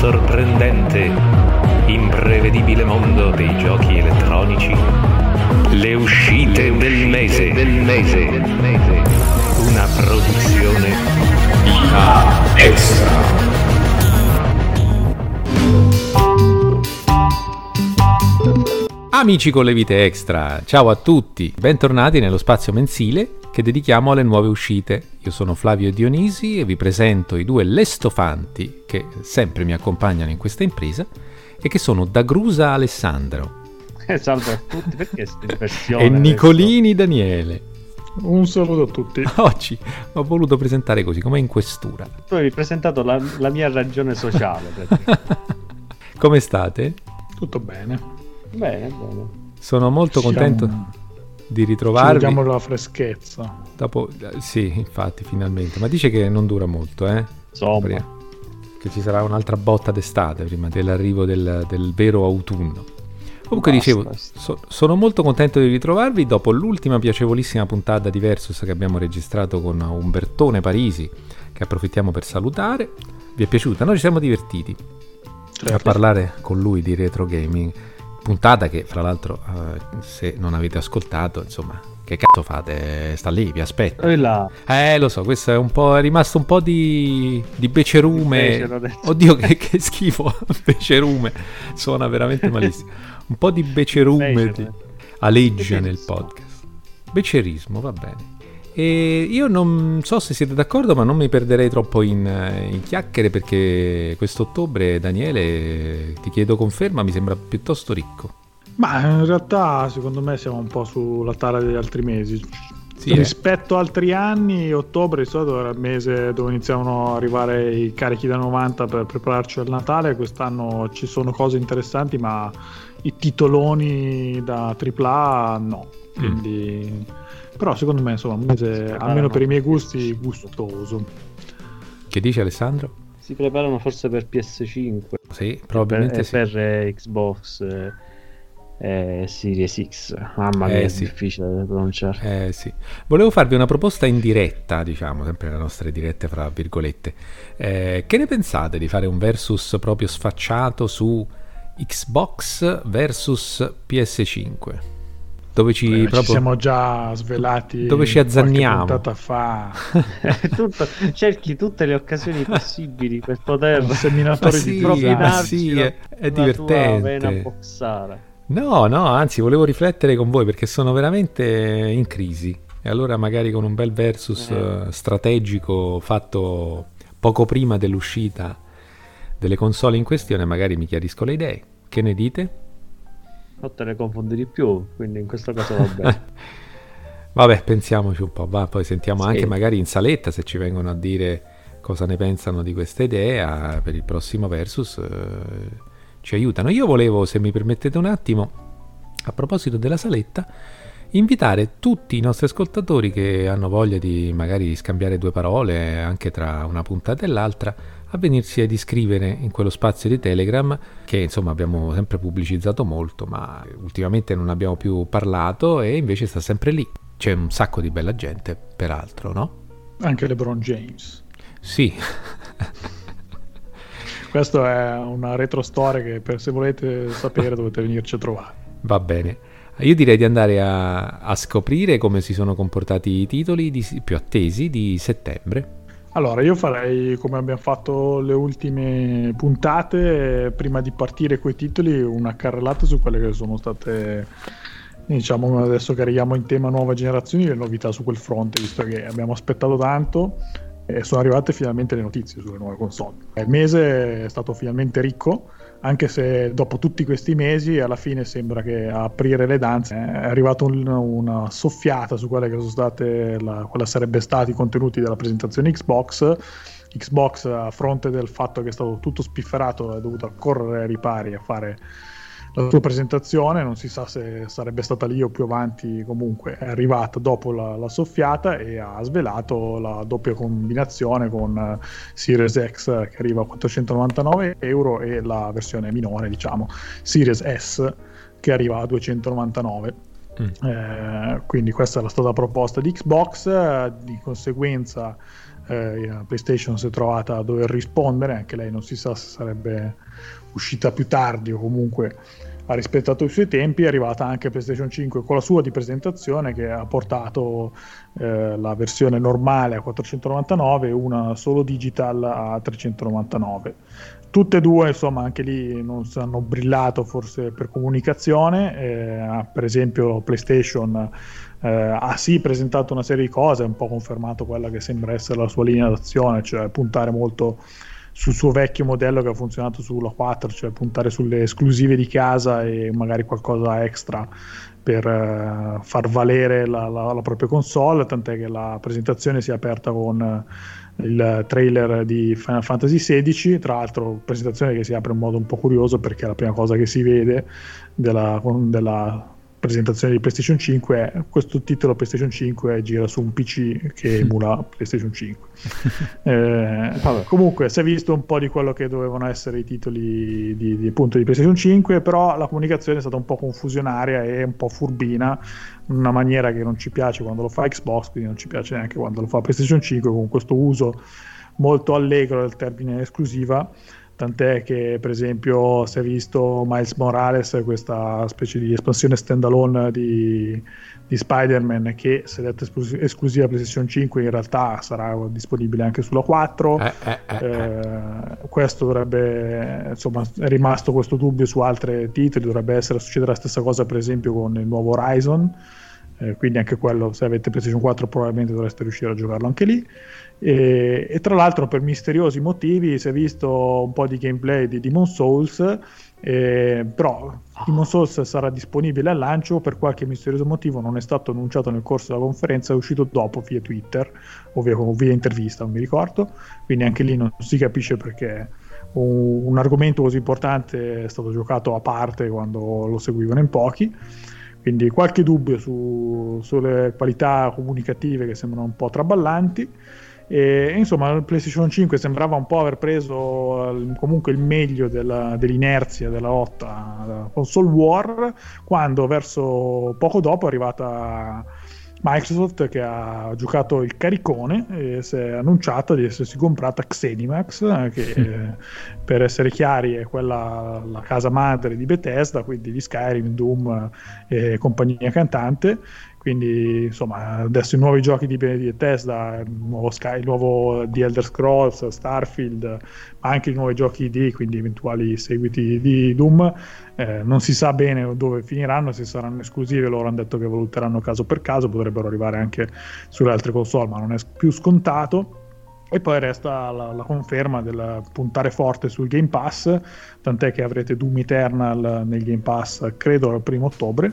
sorprendente, imprevedibile mondo dei giochi elettronici. Le uscite del mese. Una produzione Vita Extra. Amici con le vite extra, ciao a tutti, bentornati nello spazio mensile che dedichiamo alle nuove uscite. Io sono Flavio Dionisi e vi presento i due lestofanti che sempre mi accompagnano in questa impresa e che sono D'Agrusa Alessandro. Salve a tutti, perché questa versione? E Nicolini Daniele. Un saluto a tutti. Oggi ho voluto presentare così, come in questura. Tu hai presentato la mia ragione sociale. Come state? Tutto bene. Bene. Sono molto contento di ritrovarvi. Ci vediamo la freschezza. Dopo, sì, infatti, finalmente. Ma dice che non dura molto, Insomma. Che ci sarà un'altra botta d'estate prima dell'arrivo del vero autunno. Comunque dicevo, sono molto contento di ritrovarvi dopo l'ultima piacevolissima puntata di Versus che abbiamo registrato con Umbertone Parisi, che approfittiamo per salutare. Vi è piaciuta? Noi ci siamo divertiti a parlare con lui di retro gaming. Puntata che, fra l'altro, se non avete ascoltato, insomma, che cazzo fate? Sta lì, vi aspetto. Lo so, questo è rimasto un po' di becerume. Oddio, che schifo. Becerume. Suona veramente malissimo. Un po' di becerume aleggia nel podcast. Becerismo, va bene. E io non so se siete d'accordo, ma non mi perderei troppo in chiacchiere, perché quest'ottobre, Daniele, ti chiedo conferma, mi sembra piuttosto ricco. Ma in realtà secondo me siamo un po' sulla tara degli altri mesi. Sì, rispetto a altri anni, ottobre di solito era il mese dove iniziavano ad arrivare i carichi da 90 per prepararci al Natale. Quest'anno ci sono cose interessanti, ma i titoloni da AAA no. Quindi però secondo me, insomma, un mese, almeno per i miei gusti, gustoso. Che dice Alessandro? Si preparano forse per PS5. Sì, probabilmente per Xbox Series X. Mamma mia, è difficile da pronunciare. Sì. Volevo farvi una proposta in diretta, diciamo, sempre le nostre dirette fra virgolette. Che ne pensate di fare un versus proprio sfacciato su Xbox versus PS5? Dove ci siamo già svelati, dove ci azzanniamo fa. Cerchi tutte le occasioni possibili per poter un seminatore di propinarci è divertente. No, anzi, volevo riflettere con voi perché sono veramente in crisi, e allora magari con un bel versus strategico fatto poco prima dell'uscita delle console in questione, magari mi chiarisco le idee. Che ne dite? Non te ne confondi di più, quindi in questo caso va bene. Vabbè, pensiamoci un po', poi sentiamo anche magari in saletta se ci vengono a dire cosa ne pensano di questa idea per il prossimo versus, ci aiutano. Io volevo, se mi permettete un attimo, a proposito della saletta, invitare tutti i nostri ascoltatori che hanno voglia di magari scambiare due parole anche tra una puntata e l'altra a venirsi ad iscrivere in quello spazio di Telegram che, insomma, abbiamo sempre pubblicizzato molto, ma ultimamente non abbiamo più parlato, e invece sta sempre lì. C'è un sacco di bella gente, peraltro, no? Anche LeBron James. Sì. Questa è una retrostoria che, se volete sapere, dovete venirci a trovare. Va bene. Io direi di andare a scoprire come si sono comportati i titoli più attesi di settembre. Allora, io farei come abbiamo fatto le ultime puntate, prima di partire coi titoli, una carrellata su quelle che sono state, diciamo, adesso che arriviamo in tema nuova generazione, le novità su quel fronte, visto che abbiamo aspettato tanto e sono arrivate finalmente le notizie sulle nuove console. Il mese è stato finalmente ricco, anche se dopo tutti questi mesi alla fine sembra che a aprire le danze è arrivata una soffiata su quelle che sono state quella sarebbe stati i contenuti della presentazione Xbox, a fronte del fatto che è stato tutto spifferato, è dovuto correre ai ripari a fare la sua presentazione. Non si sa se sarebbe stata lì o più avanti, comunque è arrivata dopo la soffiata e ha svelato la doppia combinazione con Series X che arriva a €499 e la versione minore, diciamo Series S, che arriva a $299. Quindi questa è la stata proposta di Xbox. Di conseguenza PlayStation si è trovata a dover rispondere, anche lei non si sa se sarebbe uscita più tardi o comunque ha rispettato i suoi tempi. È arrivata anche PlayStation 5 con la sua di presentazione, che ha portato la versione normale a 499 e una solo digital a 399. Tutte e due, insomma, anche lì non hanno brillato forse per comunicazione. Per esempio PlayStation ha sì presentato una serie di cose, ha un po' confermato quella che sembra essere la sua linea d'azione, cioè puntare molto sul suo vecchio modello che ha funzionato sulla 4, cioè puntare sulle esclusive di casa e magari qualcosa extra per far valere la propria console, tant'è che la presentazione si è aperta con il trailer di Final Fantasy XVI, tra l'altro presentazione che si apre in modo un po' curioso perché la prima cosa che si vede della presentazione di PlayStation 5 è questo titolo PlayStation 5 gira su un PC che emula PlayStation 5. Comunque si è visto un po' di quello che dovevano essere i titoli di PlayStation 5, però la comunicazione è stata un po' confusionaria e un po' furbina, una maniera che non ci piace quando lo fa Xbox, quindi non ci piace neanche quando lo fa PlayStation 5, con questo uso molto allegro del termine esclusiva. Tant'è che per esempio si è visto Miles Morales, questa specie di espansione standalone di Spider-Man, che se detta esclusiva PlayStation 5 in realtà sarà disponibile anche sulla 4. Questo dovrebbe, insomma, è rimasto questo dubbio su altri titoli, dovrebbe succedere la stessa cosa per esempio con il nuovo Horizon, quindi anche quello, se avete PlayStation 4 probabilmente dovreste riuscire a giocarlo anche lì. E tra l'altro per misteriosi motivi si è visto un po' di gameplay di Demon's Souls, però Demon's Souls sarà disponibile al lancio, per qualche misterioso motivo non è stato annunciato nel corso della conferenza, è uscito dopo via Twitter o via intervista, non mi ricordo, quindi anche lì non si capisce perché un argomento così importante è stato giocato a parte quando lo seguivano in pochi. Quindi qualche dubbio sulle qualità comunicative che sembrano un po' traballanti. E insomma il PlayStation 5 sembrava un po' aver preso comunque il meglio dell'inerzia della lotta console war, quando verso poco dopo è arrivata Microsoft, che ha giocato il caricone e si è annunciata di essersi comprata Xenimax, che per essere chiari è quella, la casa madre di Bethesda, quindi di Skyrim, Doom e compagnia cantante. Quindi insomma adesso i nuovi giochi di Bethesda, il nuovo The Elder Scrolls, Starfield, ma anche i nuovi giochi quindi eventuali seguiti di Doom, non si sa bene dove finiranno, se saranno esclusive. Loro hanno detto che valuteranno caso per caso, potrebbero arrivare anche sulle altre console, ma non è più scontato. E poi resta la conferma del puntare forte sul Game Pass, tant'è che avrete Doom Eternal nel Game Pass credo il 1° ottobre,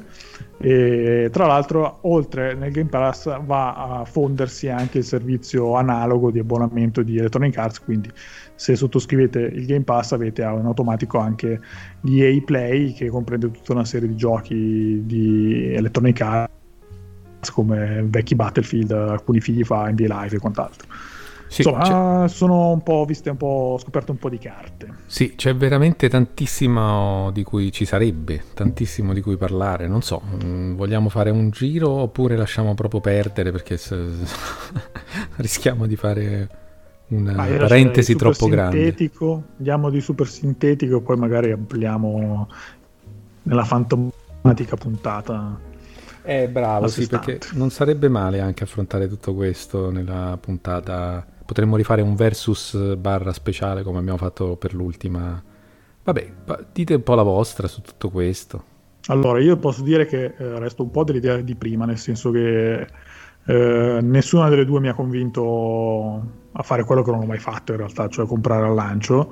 e tra l'altro oltre nel Game Pass va a fondersi anche il servizio analogo di abbonamento di Electronic Arts, quindi se sottoscrivete il Game Pass avete in automatico anche l'EA Play, che comprende tutta una serie di giochi di Electronic Arts come vecchi Battlefield, alcuni FIFA, NBA Live e quant'altro. Sì, insomma, sono un po' viste, ho scoperto un po' di carte. Sì, c'è veramente tantissimo di cui ci sarebbe, tantissimo di cui parlare. Non so, vogliamo fare un giro oppure lasciamo proprio perdere, perché rischiamo di fare una parentesi troppo grande. Andiamo di super sintetico e poi magari ampliamo nella fantomatica puntata. Bravo, sì, perché non sarebbe male anche affrontare tutto questo nella puntata. Potremmo rifare un versus / speciale come abbiamo fatto per l'ultima. Vabbè, dite un po' la vostra su tutto questo. Allora, io posso dire che resto un po' dell'idea di prima, nel senso che nessuna delle due mi ha convinto a fare quello che non ho mai fatto in realtà, cioè comprare al lancio,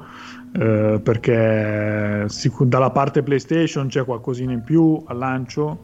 perché dalla parte PlayStation c'è qualcosina in più al lancio,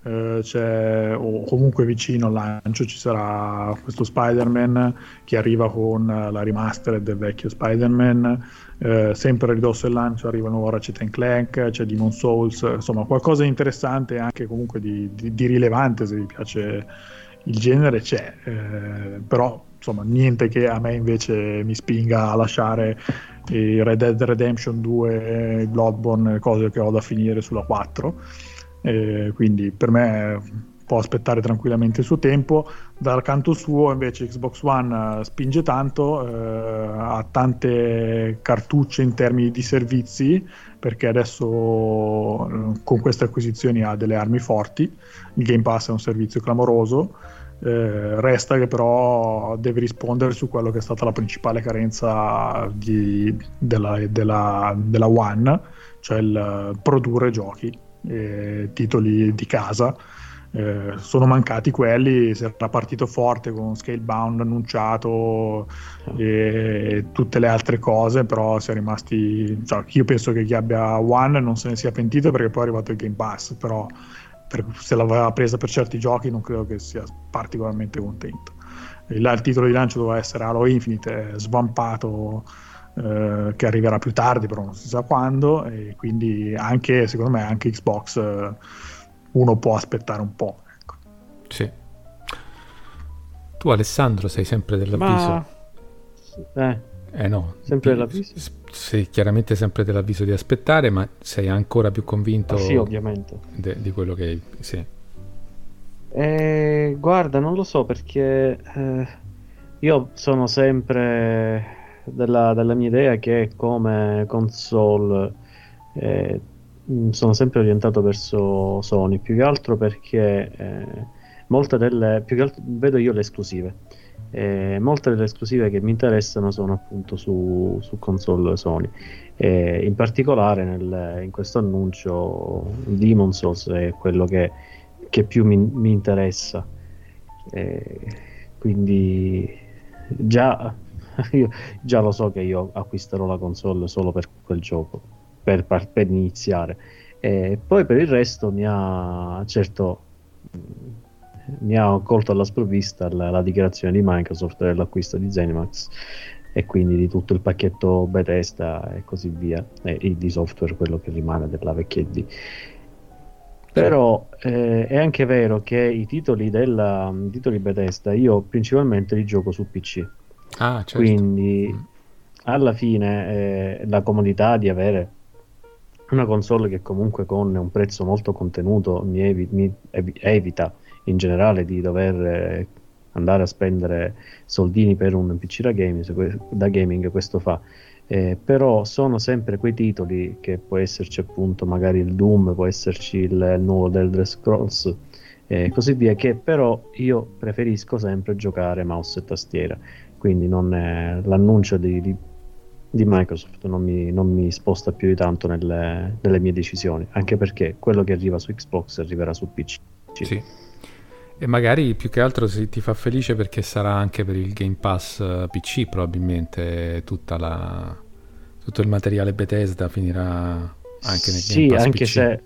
o comunque vicino al lancio ci sarà questo Spider-Man che arriva con la remastered del vecchio Spider-Man, sempre a ridosso del lancio arriva il nuovo Ratchet & Clank, c'è Demon's Souls, insomma qualcosa di interessante, anche comunque di rilevante se vi piace il genere c'è, però insomma niente che a me invece mi spinga a lasciare i Red Dead Redemption 2, Bloodborne, cose che ho da finire sulla 4. Quindi per me può aspettare tranquillamente il suo tempo. Dal canto suo invece Xbox One spinge tanto, ha tante cartucce in termini di servizi, perché adesso con queste acquisizioni ha delle armi forti. Il Game Pass è un servizio clamoroso, resta che però deve rispondere su quello che è stata la principale carenza della One, cioè il produrre giochi, titoli di casa. Sono mancati quelli. Si era partito forte con Scalebound annunciato e tutte le altre cose, però si è rimasti, cioè, io penso che chi abbia One non se ne sia pentito, perché poi è arrivato il Game Pass, però se l'aveva presa per certi giochi non credo che sia particolarmente contento. Il titolo di lancio doveva essere Halo Infinite, è svampato, che arriverà più tardi, però non si sa quando, e quindi anche, secondo me, anche Xbox uno può aspettare un po', ecco. Sì. Tu, Alessandro, sei sempre dell'avviso? No, sempre dell'avviso? Sei chiaramente sempre dell'avviso di aspettare, ma sei ancora più convinto? Sì, ovviamente. Di quello che sì. Guarda, non lo so, perché io sono sempre della mia idea che come console sono sempre orientato verso Sony, più che altro perché più che altro vedo io le esclusive. Molte delle esclusive che mi interessano sono appunto su console Sony, in particolare in questo annuncio Demon's Souls è quello che più mi interessa, quindi già lo so che io acquisterò la console solo per quel gioco, per iniziare, poi per il resto mi ha colto alla sprovvista la dichiarazione di Microsoft dell'acquisto di ZeniMax e quindi di tutto il pacchetto Bethesda e così via, e di software, quello che rimane della vecchia ID. Però è anche vero che i titoli Bethesda io principalmente li gioco su PC, certo. Quindi alla fine la comodità di avere una console che comunque con un prezzo molto contenuto mi evita in generale di dover andare a spendere soldini per un PC da gaming, questo fa. Però sono sempre quei titoli che può esserci appunto magari il Doom, può esserci il nuovo The Elder Scrolls e così via, che però io preferisco sempre giocare mouse e tastiera, quindi l'annuncio di Microsoft non mi sposta più di tanto nelle mie decisioni, anche perché quello che arriva su Xbox arriverà su PC. Sì. E magari più che altro ti fa felice perché sarà anche per il Game Pass PC, probabilmente tutto il materiale Bethesda finirà anche nel Game Pass anche PC. Se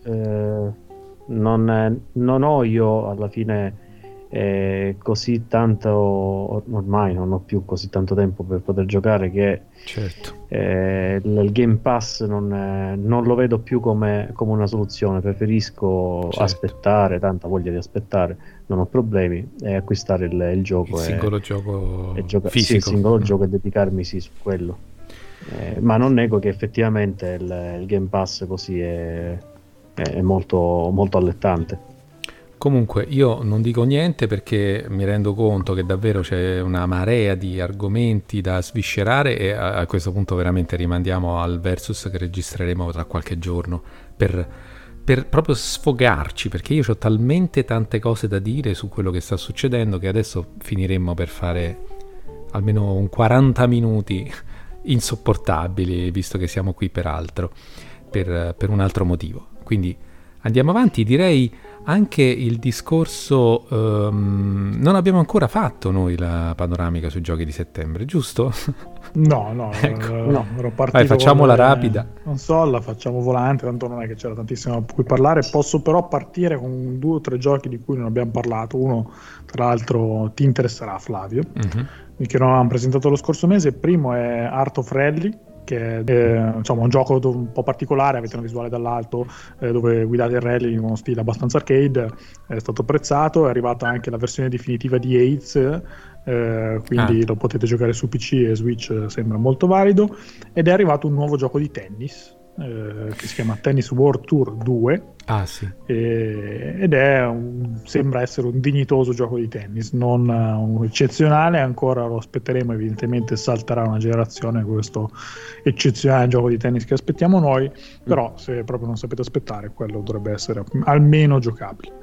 non ho io alla fine così tanto, ormai non ho più così tanto tempo per poter giocare, che certo. Il Game Pass non lo vedo più come una soluzione. Preferisco aspettare, tanta voglia di aspettare, non ho problemi, e acquistare il gioco, il singolo gioco fisico. Sì, il singolo gioco, e dedicarmi su quello. Ma non nego che effettivamente il Game Pass così è molto, molto allettante. Comunque io non dico niente perché mi rendo conto che davvero c'è una marea di argomenti da sviscerare, e a questo punto veramente rimandiamo al Versus che registreremo tra qualche giorno per proprio sfogarci, perché io ho talmente tante cose da dire su quello che sta succedendo che adesso finiremmo per fare almeno un 40 minuti insopportabili, visto che siamo qui per un altro motivo. Quindi andiamo avanti. Direi anche il discorso, non abbiamo ancora fatto noi la panoramica sui giochi di settembre, giusto? No, ecco. No, ero partito. Facciamola rapida. Non so, la facciamo volante, tanto non è che c'era tantissimo di cui parlare. Posso però partire con 2 o 3 giochi di cui non abbiamo parlato. Uno, tra l'altro, ti interesserà, Flavio, che non avevamo presentato lo scorso mese. Il primo è Art of Rally, che è un gioco un po' particolare. Avete una visuale dall'alto dove guidate il rally in uno stile abbastanza arcade, è stato apprezzato. È arrivata anche la versione definitiva di AIDS, quindi lo potete giocare su PC e Switch, sembra molto valido. Ed è arrivato un nuovo gioco di tennis che si chiama Tennis World Tour 2, Ah sì. Ed è sembra essere un dignitoso gioco di tennis, non un eccezionale, ancora lo aspetteremo, evidentemente salterà una generazione questo eccezionale gioco di tennis che aspettiamo noi, però se proprio non sapete aspettare, quello dovrebbe essere almeno giocabile.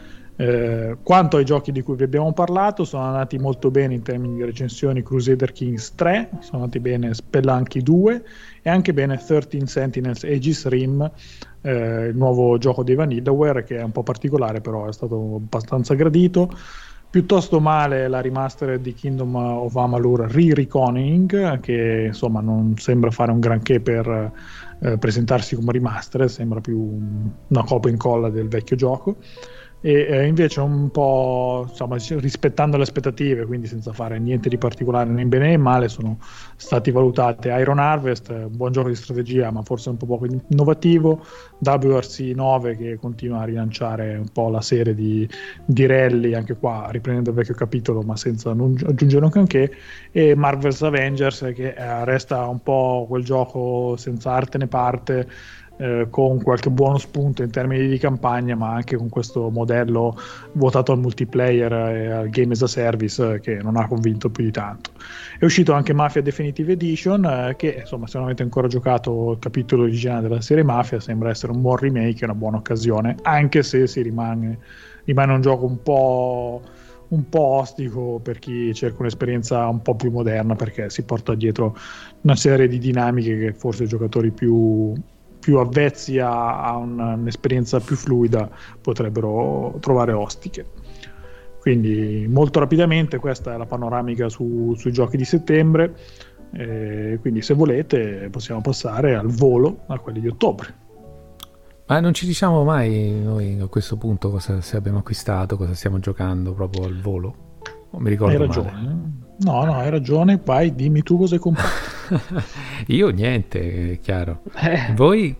Quanto ai giochi di cui vi abbiamo parlato, sono andati molto bene in termini di recensioni Crusader Kings 3, sono andati bene Spelunky 2 e anche bene 13 Sentinels Aegis Rim, il nuovo gioco di Vanillaware, che è un po' particolare, però è stato abbastanza gradito. Piuttosto male la remaster di Kingdom of Amalur Re-Reckoning, che insomma non sembra fare un granché per presentarsi come remaster, sembra più una copia e incolla del vecchio gioco. E invece un po', insomma, rispettando le aspettative, quindi senza fare niente di particolare né bene né male, sono stati valutati Iron Harvest, un buon gioco di strategia ma forse un po' poco innovativo, WRC 9 che continua a rilanciare un po' la serie di rally, anche qua riprendendo il vecchio capitolo ma senza aggiungere un granché, e Marvel's Avengers che resta un po' quel gioco senza arte né parte, con qualche buono spunto in termini di campagna, ma anche con questo modello votato al multiplayer e al game as a service che non ha convinto più di tanto. È uscito anche Mafia Definitive Edition, che insomma, se non avete ancora giocato il capitolo originale della serie Mafia, sembra essere un buon remake e una buona occasione, anche se rimane un gioco un po' ostico per chi cerca un'esperienza un po' più moderna, perché si porta dietro una serie di dinamiche che forse i giocatori più avvezzi a un'esperienza più fluida potrebbero trovare ostiche. Quindi molto rapidamente questa è la panoramica sui giochi di settembre, quindi se volete possiamo passare al volo a quelli di ottobre. Ma non ci diciamo mai noi a questo punto cosa se abbiamo acquistato, cosa stiamo giocando proprio al volo? Non mi ricordo. Hai ragione. Male. No, hai ragione, vai, dimmi tu cosa hai comprato. Io niente, è chiaro. Voi?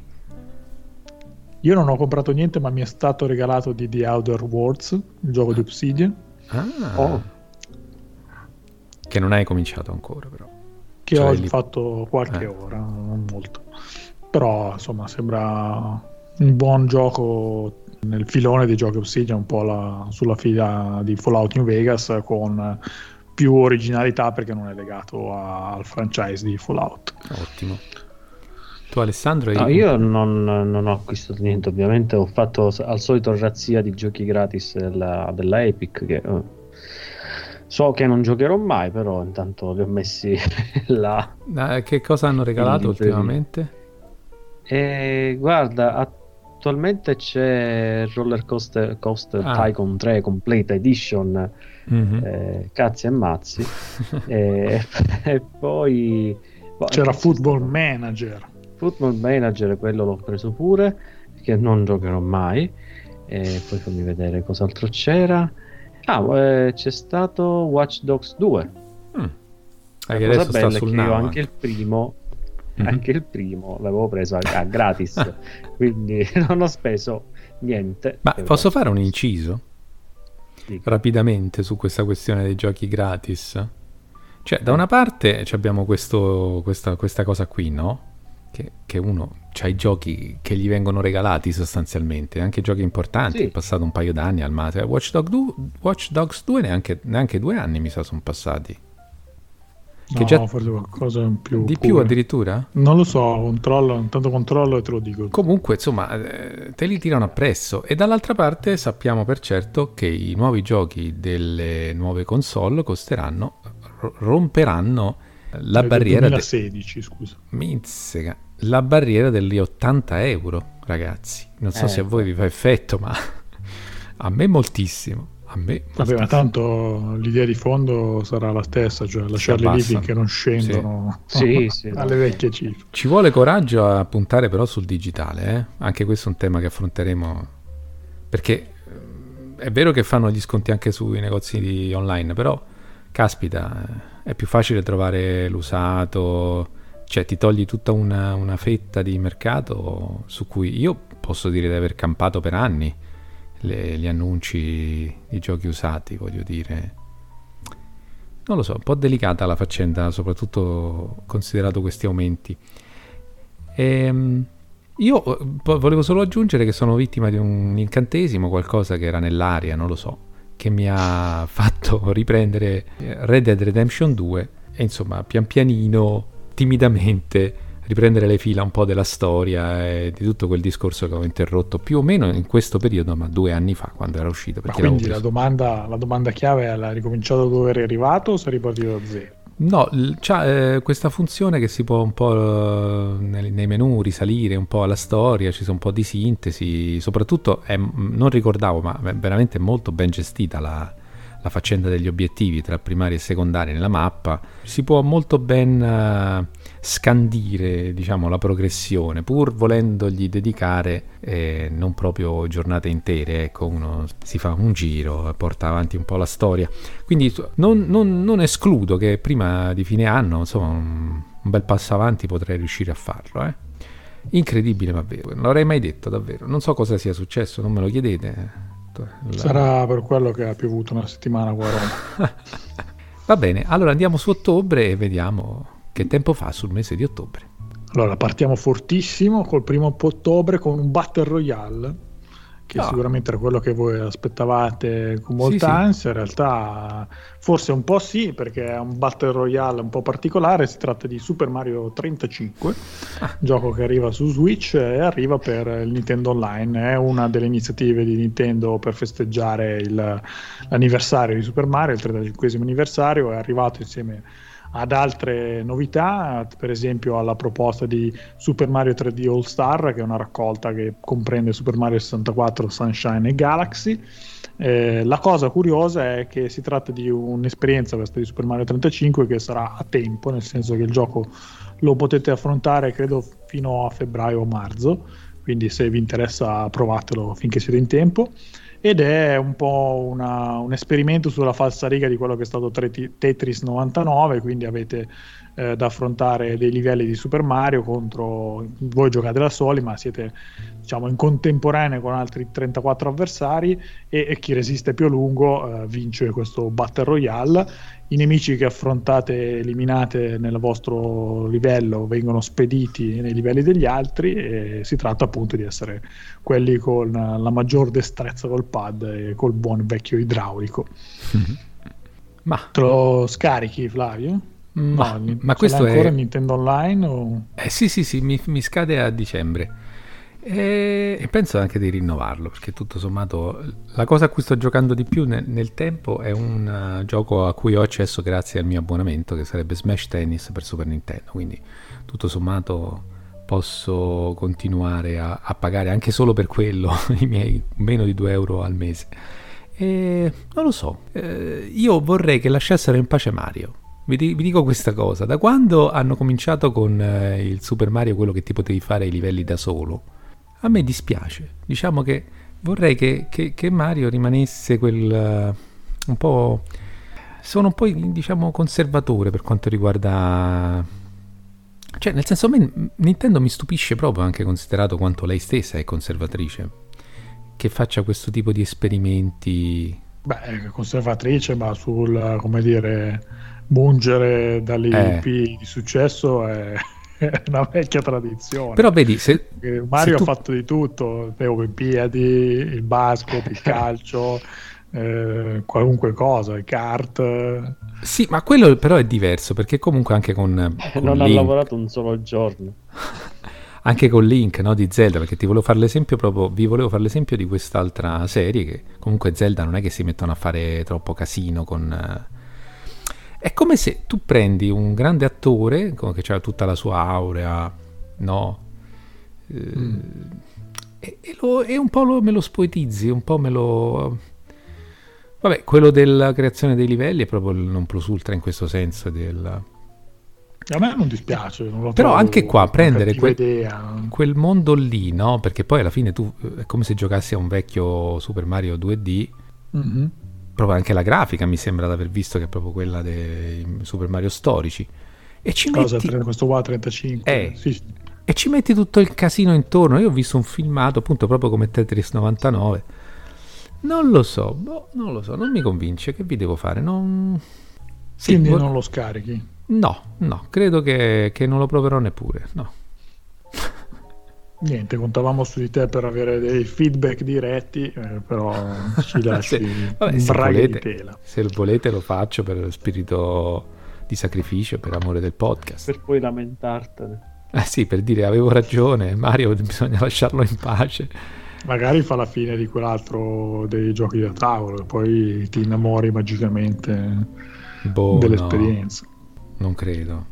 Io non ho comprato niente, ma mi è stato regalato di The Outer Worlds, il gioco di Obsidian. Che non hai cominciato ancora, però. Che ho fatto qualche ora, non molto. Però, insomma, sembra un buon gioco nel filone dei giochi Obsidian, un po' sulla fila di Fallout New Vegas, con più originalità perché non è legato al franchise di Fallout. Ottimo. Tu Alessandro? No, io non ho acquistato niente, ovviamente ho fatto al solito razzia di giochi gratis della Epic, che so che non giocherò mai, però intanto li ho messi là. Che cosa hanno regalato ultimamente? Guarda, attualmente c'è Roller Coaster Tycoon 3 Complete Edition, cazzi e mazzi. e poi c'era Football Manager, quello l'ho preso pure, che non giocherò mai. E poi fammi vedere cos'altro c'era. C'è stato Watch Dogs 2. La cosa bella è che io anche il primo l'avevo preso a gratis, quindi non ho speso niente. Ma posso fare un inciso? Rapidamente su questa questione dei giochi gratis? Cioè, da una parte abbiamo questa cosa qui, no? Che uno c'ha i giochi che gli vengono regalati sostanzialmente, anche giochi importanti. Sì. È passato un paio d'anni al mare. Watch Dogs 2 neanche 2 anni mi sa sono passati. Che già forse qualcosa in più. Di più addirittura? Non lo so, intanto controllo e te lo dico. Comunque, insomma, te li tirano appresso. E dall'altra parte sappiamo per certo che i nuovi giochi delle nuove console romperanno la barriera 2016, scusa. Mizzica, la barriera degli 80 euro, ragazzi. Non so se a voi vi fa effetto, ma a me moltissimo. Vabbè, ma tanto l'idea di fondo sarà la stessa, cioè lasciarli lì finché non scendono alle vecchie cifre. Ci vuole coraggio a puntare però sul digitale, anche questo è un tema che affronteremo, perché è vero che fanno gli sconti anche sui negozi online, però caspita, è più facile trovare l'usato, cioè ti togli tutta una fetta di mercato su cui io posso dire di aver campato per anni. Gli annunci di giochi usati, voglio dire, non lo so, un po' delicata la faccenda, soprattutto considerato questi aumenti. Io Io volevo solo aggiungere che sono vittima di un incantesimo, qualcosa che era nell'aria, non lo so, che mi ha fatto riprendere Red Dead Redemption 2 e insomma pian pianino, timidamente, riprendere le fila un po' della storia e di tutto quel discorso che avevo interrotto più o meno in questo periodo, ma 2 anni fa, quando era uscito. Ma quindi la domanda chiave è: l'hai ricominciato dove eri arrivato o sei ripartito da zero? No, c'ha questa funzione che si può un po' nei menu risalire un po' alla storia, ci sono un po' di sintesi, soprattutto non ricordavo, ma veramente molto ben gestita la faccenda degli obiettivi tra primari e secondari nella mappa. Si può molto ben scandire, diciamo, la progressione, pur volendogli dedicare non proprio giornate intere. Ecco, uno si fa un giro e porta avanti un po' la storia. Quindi non escludo che prima di fine anno, insomma, un bel passo avanti potrei riuscire a farlo. Incredibile, ma vero. Non l'avrei mai detto, davvero. Non so cosa sia successo, non me lo chiedete. Sarà per quello che ha piovuto una settimana qua a Roma. Va bene, allora andiamo su ottobre e vediamo che tempo fa sul mese di ottobre. Allora partiamo fortissimo col 1 ottobre con un Battle Royale che sicuramente era quello che voi aspettavate con molta ansia. In realtà forse un po' sì, perché è un Battle Royale un po' particolare. Si tratta di Super Mario 35, gioco che arriva su Switch e arriva per il Nintendo Online. È una delle iniziative di Nintendo per festeggiare l'anniversario di Super Mario, il 35esimo anniversario. È arrivato insieme ad altre novità, per esempio alla proposta di Super Mario 3D All Star, che è una raccolta che comprende Super Mario 64, Sunshine e Galaxy. La cosa curiosa è che si tratta di un'esperienza, questa di Super Mario 35, che sarà a tempo, nel senso che il gioco lo potete affrontare credo fino a febbraio o marzo, quindi se vi interessa provatelo finché siete in tempo. Ed è un po' un esperimento sulla falsariga di quello che è stato Tetris 99, quindi avete da affrontare dei livelli di Super Mario contro voi, giocate da soli, ma siete, diciamo, in contemporanea con altri 34 avversari e chi resiste più a lungo vince questo Battle Royale. I nemici che affrontate, eliminate nel vostro livello, vengono spediti nei livelli degli altri e si tratta appunto di essere quelli con la maggior destrezza col pad e col buon vecchio idraulico. Ma te lo scarichi, Flavio? Ma No, questo ancora è Nintendo Online o... sì, mi scade a dicembre e penso anche di rinnovarlo, perché tutto sommato la cosa a cui sto giocando di più nel tempo è un gioco a cui ho accesso grazie al mio abbonamento, che sarebbe Smash Tennis per Super Nintendo, quindi tutto sommato posso continuare a pagare anche solo per quello i miei meno di 2 euro al mese. E non lo so, io vorrei che lasciassero in pace Mario. Vi dico questa cosa: da quando hanno cominciato con il Super Mario, quello che ti potevi fare i livelli da solo, a me dispiace. Diciamo che vorrei che Mario rimanesse quel un po'... Sono un po', diciamo, conservatore per quanto riguarda... Cioè, nel senso, a me Nintendo mi stupisce proprio, anche considerato quanto lei stessa è conservatrice, che faccia questo tipo di esperimenti. Beh, conservatrice, ma sul, come dire, mungere dalle IP di successo è una vecchia tradizione. Però vedi, Mario ha fatto di tutto, le Olimpiadi, il basket, il calcio, qualunque cosa, i kart. Sì, ma quello però è diverso, perché comunque anche con non Link, ha lavorato un solo giorno. anche con Link, no, di Zelda, perché vi volevo fare l'esempio di quest'altra serie, che comunque Zelda non è che si mettono a fare troppo casino con... È come se tu prendi un grande attore che ha tutta la sua aurea, no? E un po' me lo spoetizzi, un po' me lo... Vabbè, quello della creazione dei livelli è proprio il non plus ultra in questo senso A me non dispiace, non lo però anche qua prendere idea. Quel mondo lì, no? Perché poi alla fine tu è come se giocassi a un vecchio Super Mario 2D. Mm-hmm. Proprio anche la grafica mi sembra di aver visto che è proprio quella dei Super Mario storici. E ci metti questo qua 35. Sì. E ci metti tutto il casino intorno. Io ho visto un filmato appunto proprio come Tetris 99. Non lo so, non mi convince. Che vi devo fare? Quindi non lo scarichi? No, credo che non lo proverò neppure, no. Niente, contavamo su di te per avere dei feedback diretti, però ci lasci un braghe di tela. Se volete lo faccio per spirito di sacrificio, per amore del podcast. Per poi lamentartene. Sì, per dire avevo ragione, Mario bisogna lasciarlo in pace. Magari fa la fine di quell'altro dei giochi da tavolo e poi ti innamori magicamente dell'esperienza. No, non credo.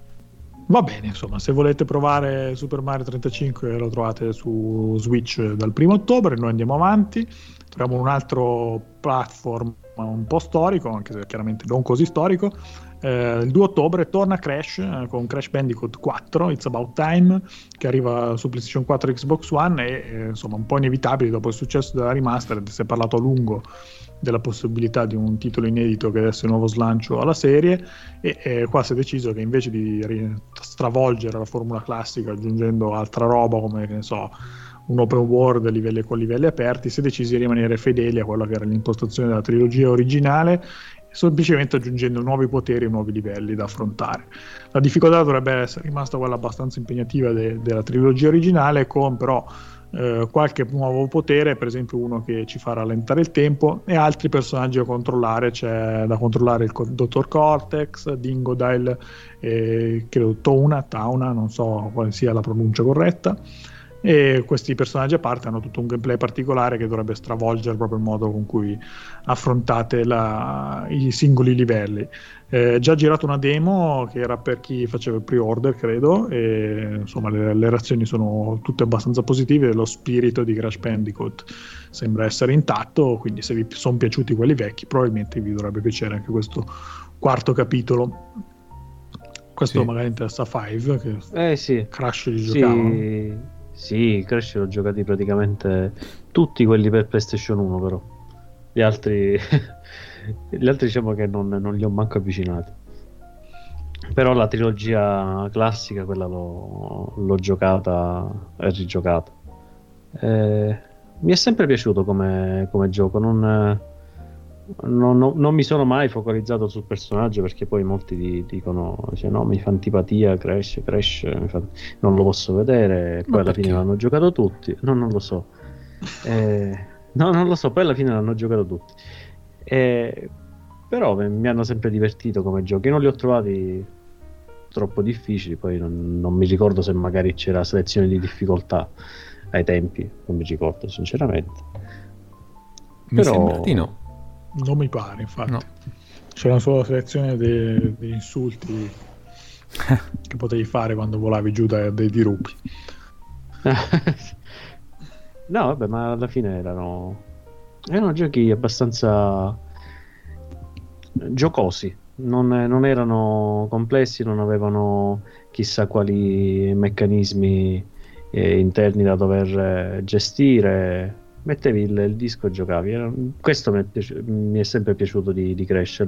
Va bene, insomma, se volete provare Super Mario 35 lo trovate su Switch dal 1 ottobre, noi andiamo avanti, troviamo un altro platform un po' storico, anche se chiaramente non così storico. Il 2 ottobre torna Crash con Crash Bandicoot 4, It's About Time, che arriva su PlayStation 4 e Xbox One e insomma un po' inevitabile dopo il successo della remastered. Si è parlato a lungo della possibilità di un titolo inedito che desse un nuovo slancio alla serie e qua si è deciso che invece di stravolgere la formula classica aggiungendo altra roba come, che ne so, un open world con livelli aperti, si è deciso di rimanere fedeli a quella che era l'impostazione della trilogia originale, semplicemente aggiungendo nuovi poteri e nuovi livelli da affrontare. La difficoltà dovrebbe essere rimasta quella abbastanza impegnativa della trilogia originale, con però qualche nuovo potere, per esempio uno che ci fa rallentare il tempo, e altri personaggi da controllare. C'è da controllare il Dr. Cortex, Dingodile, credo Tauna, non so quale sia la pronuncia corretta, e questi personaggi a parte hanno tutto un gameplay particolare che dovrebbe stravolgere proprio il modo con cui affrontate i singoli livelli. Già girato una demo che era per chi faceva il pre-order, credo, e insomma le reazioni sono tutte abbastanza positive. Lo spirito di Crash Bandicoot sembra essere intatto, quindi se vi sono piaciuti quelli vecchi probabilmente vi dovrebbe piacere anche questo quarto capitolo. Questo magari interessa a Five, che sì. Crash li giocavano. Sì, Crash l'ho giocati praticamente tutti quelli per PlayStation 1, però gli altri diciamo che non li ho manco avvicinati. Però la trilogia classica, quella l'ho giocata e rigiocata. Mi è sempre piaciuto come gioco, non mi sono mai focalizzato sul personaggio, perché poi molti dicono, cioè, no, mi fa antipatia Crash non lo posso vedere, poi alla fine l'hanno giocato tutti, non lo so, non lo so, poi alla fine l'hanno giocato tutti, però mi hanno sempre divertito come giochi. Non li ho trovati troppo difficili, poi non mi ricordo se magari c'era selezione di difficoltà ai tempi, non mi ricordo sinceramente. Mi sembra di no. Non mi pare, infatti. No. C'era una sola selezione di insulti che potevi fare quando volavi giù dai dirupi. No, vabbè, ma alla fine erano giochi abbastanza giocosi, non erano complessi, non avevano chissà quali meccanismi interni da dover gestire. Mettevi il disco e giocavi. Questo mi è sempre piaciuto di Crash,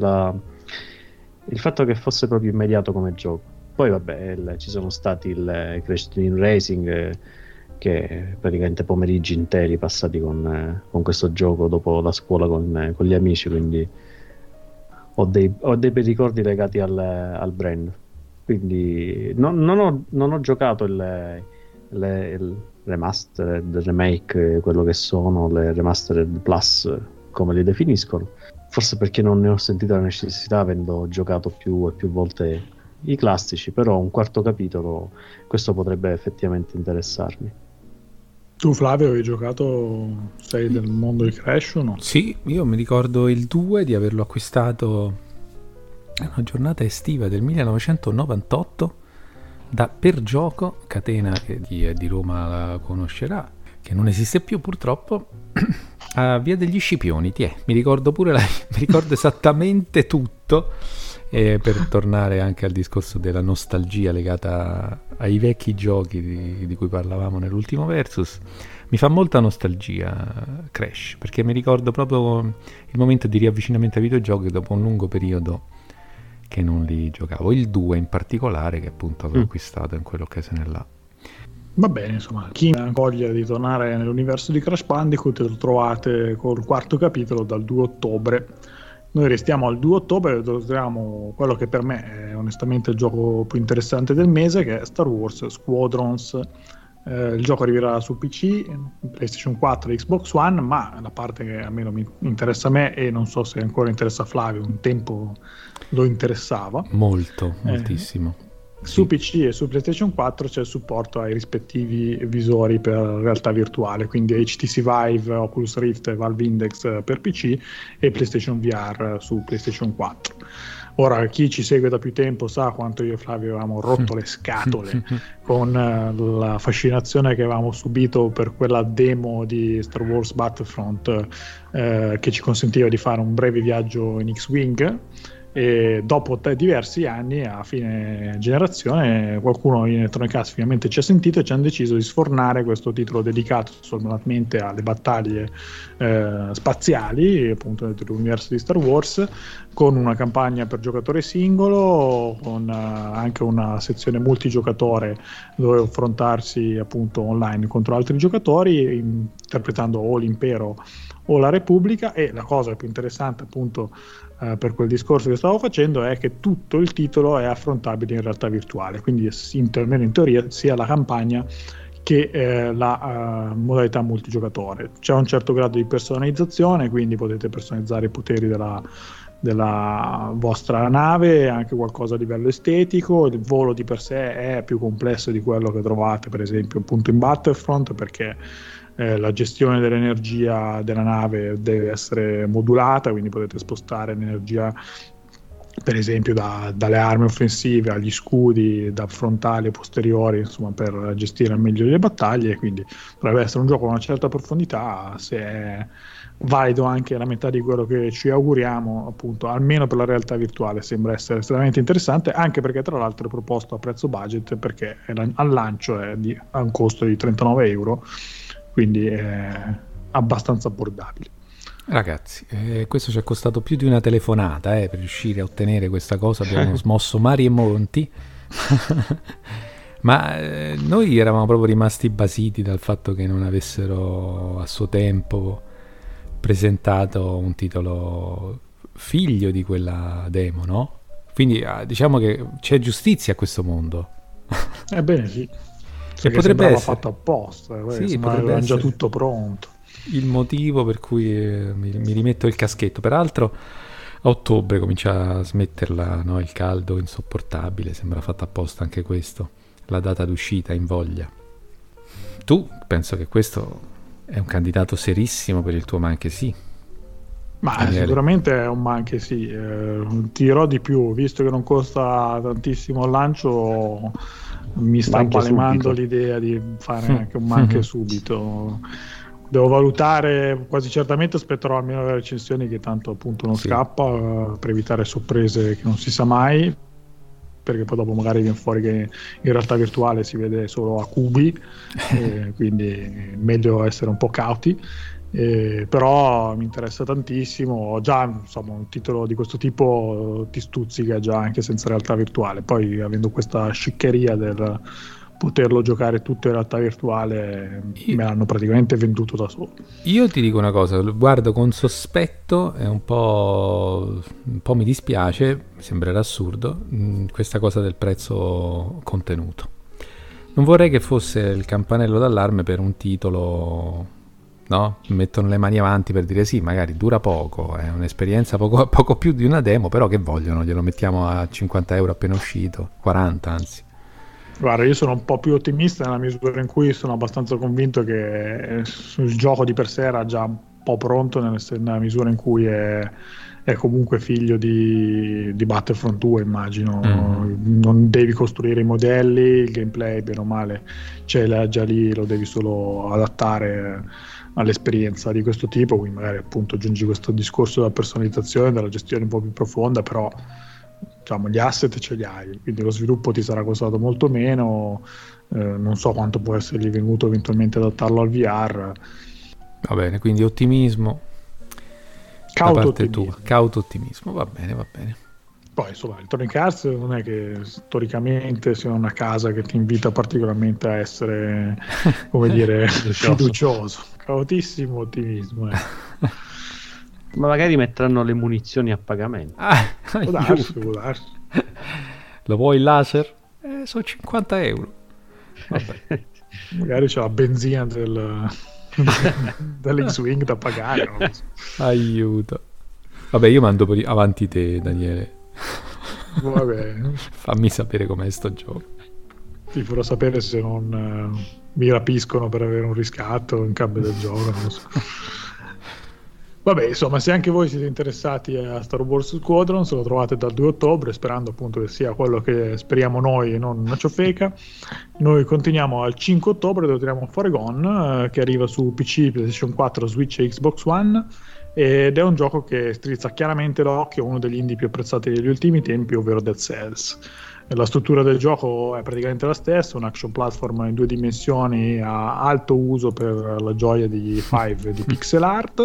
il fatto che fosse proprio immediato come gioco. Poi vabbè, ci sono stati il Crash Team Racing, che praticamente pomeriggi interi passati con questo gioco dopo la scuola con gli amici, quindi ho dei bei ricordi legati al brand. Quindi non ho giocato il remastered, remake, quello che sono le remastered plus, come li definiscono, forse perché non ne ho sentito la necessità, avendo giocato più e più volte i classici. Però un quarto capitolo, questo potrebbe effettivamente interessarmi. Tu, Flavio, avevi giocato, sei del mondo di Crash o no? Sì, io mi ricordo il 2 di averlo acquistato in una giornata estiva del 1998 da Per Gioco, catena che chi è di Roma la conoscerà, che non esiste più purtroppo, a Via degli Scipioni. Mi ricordo pure mi ricordo esattamente tutto, per tornare anche al discorso della nostalgia legata ai vecchi giochi di cui parlavamo nell'ultimo Versus. Mi fa molta nostalgia Crash, perché mi ricordo proprio il momento di riavvicinamento ai videogiochi dopo un lungo periodo che non li giocavo, il 2 in particolare, che appunto avevo acquistato in quell'occasione là. Va bene, insomma, chi ha voglia di tornare nell'universo di Crash Bandicoot lo trovate col quarto capitolo dal 2 ottobre. Noi restiamo al 2 ottobre, dove troviamo quello che per me è onestamente il gioco più interessante del mese, che è Star Wars Squadrons. il gioco arriverà su PC, PlayStation 4 e Xbox One, ma la parte che almeno mi interessa a me, e non so se ancora interessa a Flavio, un tempo lo interessava moltissimo. Su PC e su PlayStation 4 c'è il supporto ai rispettivi visori per realtà virtuale, quindi HTC Vive, Oculus Rift e Valve Index per PC e PlayStation VR su PlayStation 4. Ora, chi ci segue da più tempo sa quanto io e Flavio avevamo rotto le scatole con la fascinazione che avevamo subito per quella demo di Star Wars Battlefront che ci consentiva di fare un breve viaggio in X-Wing. E dopo diversi anni, a fine generazione, qualcuno in Electronic Arts finalmente ci ha sentito e ci hanno deciso di sfornare questo titolo dedicato solamente alle battaglie spaziali, appunto dell'universo di Star Wars, con una campagna per giocatore singolo, con anche una sezione multigiocatore dove affrontarsi appunto online contro altri giocatori, interpretando o l'impero o la Repubblica. E la cosa più interessante appunto per quel discorso che stavo facendo è che tutto il titolo è affrontabile in realtà virtuale, quindi almeno in teoria sia la campagna che la modalità multigiocatore. C'è un certo grado di personalizzazione, quindi potete personalizzare i poteri della vostra nave, anche qualcosa a livello estetico. Il volo di per sé è più complesso di quello che trovate per esempio appunto in Battlefront, perché la gestione dell'energia della nave deve essere modulata, quindi potete spostare l'energia per esempio dalle armi offensive agli scudi, da frontali e posteriori, insomma, per gestire al meglio le battaglie. Quindi dovrebbe essere un gioco con una certa profondità, se è valido anche la metà di quello che ci auguriamo, appunto, almeno per la realtà virtuale sembra essere estremamente interessante, anche perché tra l'altro è proposto a prezzo budget, perché al lancio ha un costo di 39 euro, quindi è abbastanza abbordabile. Ragazzi, questo ci è costato più di una telefonata per riuscire a ottenere questa cosa. Abbiamo smosso mari e monti ma noi eravamo proprio rimasti basiti dal fatto che non avessero a suo tempo presentato un titolo figlio di quella demo, no? Quindi diciamo che c'è giustizia a questo mondo. Ebbene sì, e potrebbe essere fatto apposta, sì, potrebbe essere già tutto pronto. Il motivo per cui mi rimetto il caschetto. Peraltro a ottobre comincia a smetterla, no? Il caldo insopportabile, sembra fatto apposta anche questo, la data d'uscita in voglia. Tu penso che questo è un candidato serissimo per il tuo ma anche sì. Ma Daniele. Sicuramente è un ma anche sì. Ti dirò di più, visto che non costa tantissimo al lancio, mi sta balemando l'idea di fare anche un ma anche subito. Devo valutare, quasi certamente aspetterò almeno le recensioni, che tanto appunto non scappa, per evitare sorprese che non si sa mai, perché poi dopo magari viene fuori che in realtà virtuale si vede solo a cubi, quindi meglio essere un po' cauti. Però mi interessa tantissimo, già insomma un titolo di questo tipo ti stuzzica già anche senza realtà virtuale, poi avendo questa sciccheria del poterlo giocare tutto in realtà virtuale, me l'hanno praticamente venduto da solo. Io ti dico una cosa, lo guardo con sospetto e un po' mi dispiace, mi sembrerà assurdo, questa cosa del prezzo contenuto. Non vorrei che fosse il campanello d'allarme per un titolo, no? Mettono le mani avanti per dire sì, magari dura poco, è un'esperienza poco più di una demo, però che vogliono? Glielo mettiamo a 50 euro appena uscito, 40 anzi. Guarda, io sono un po' più ottimista nella misura in cui sono abbastanza convinto che il gioco di per sé era già un po' pronto, nella misura in cui è comunque figlio di Battlefront 2, immagino. Non devi costruire i modelli, il gameplay bene o male c'è già lì, lo devi solo adattare all'esperienza di questo tipo, quindi magari appunto aggiungi questo discorso della personalizzazione, della gestione un po' più profonda, però diciamo gli asset ce li hai, quindi lo sviluppo ti sarà costato molto meno, non so quanto può essergli venuto eventualmente adattarlo al VR. Va bene, quindi ottimismo cauto da parte ottimismo. tua, cauto ottimismo, va bene. Poi insomma Electronic Arts non è che storicamente sia una casa che ti invita particolarmente a essere, come dire, fiducioso. Cautissimo ottimismo. Ma magari metteranno le munizioni a pagamento. Può darsi. Lo vuoi il laser? Sono 50 euro. Vabbè. Magari c'è la benzina dell'X-Wing da pagare, non lo so. Aiuto. Vabbè, io mando avanti te, Daniele. Vabbè. Fammi sapere com'è sto gioco. Ti farò sapere se non mi rapiscono per avere un riscatto in cambio del gioco, non lo so. Vabbè, insomma, se anche voi siete interessati a Star Wars Squadrons, lo trovate dal 2 ottobre, sperando appunto che sia quello che speriamo noi e non una ciofeca. Noi continuiamo al 5 ottobre dove troviamo Foregon, che arriva su PC, PlayStation 4, Switch e Xbox One, ed è un gioco che strizza chiaramente l'occhio a uno degli indie più apprezzati degli ultimi tempi, ovvero Dead Cells. La struttura del gioco è praticamente la stessa, un action platform in 2 dimensioni a alto uso per la gioia di Five di pixel art.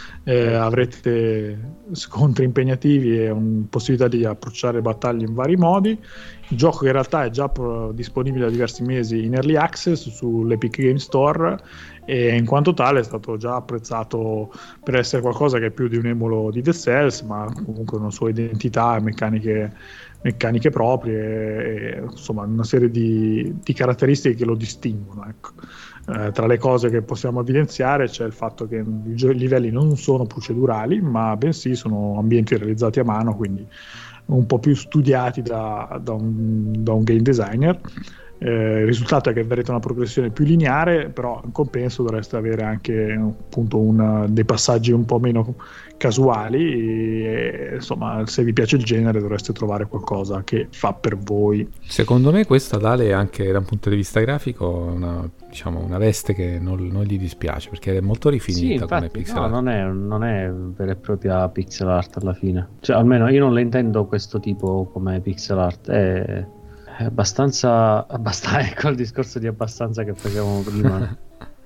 Avrete scontri impegnativi e possibilità di approcciare battaglie in vari modi. Il gioco che in realtà è già disponibile da diversi mesi in early access sull'Epic Game Store, e in quanto tale è stato già apprezzato per essere qualcosa che è più di un emulo di Dead Cells, ma comunque una sua identità e meccaniche proprie, e insomma una serie di caratteristiche che lo distinguono, ecco. Tra le cose che possiamo evidenziare c'è il fatto che i livelli non sono procedurali, ma bensì sono ambienti realizzati a mano, quindi un po' più studiati da un game designer. Il risultato è che avrete una progressione più lineare, però in compenso dovreste avere anche appunto dei passaggi un po' meno casuali, e insomma, se vi piace il genere dovreste trovare qualcosa che fa per voi. Secondo me questa Dale, anche da un punto di vista grafico, è una veste che non gli dispiace, perché è molto rifinita, sì, infatti, come pixel art. Non è vera e propria pixel art alla fine, cioè almeno io non la intendo questo tipo come pixel art, è abbastanza ecco il discorso di abbastanza che facevamo prima.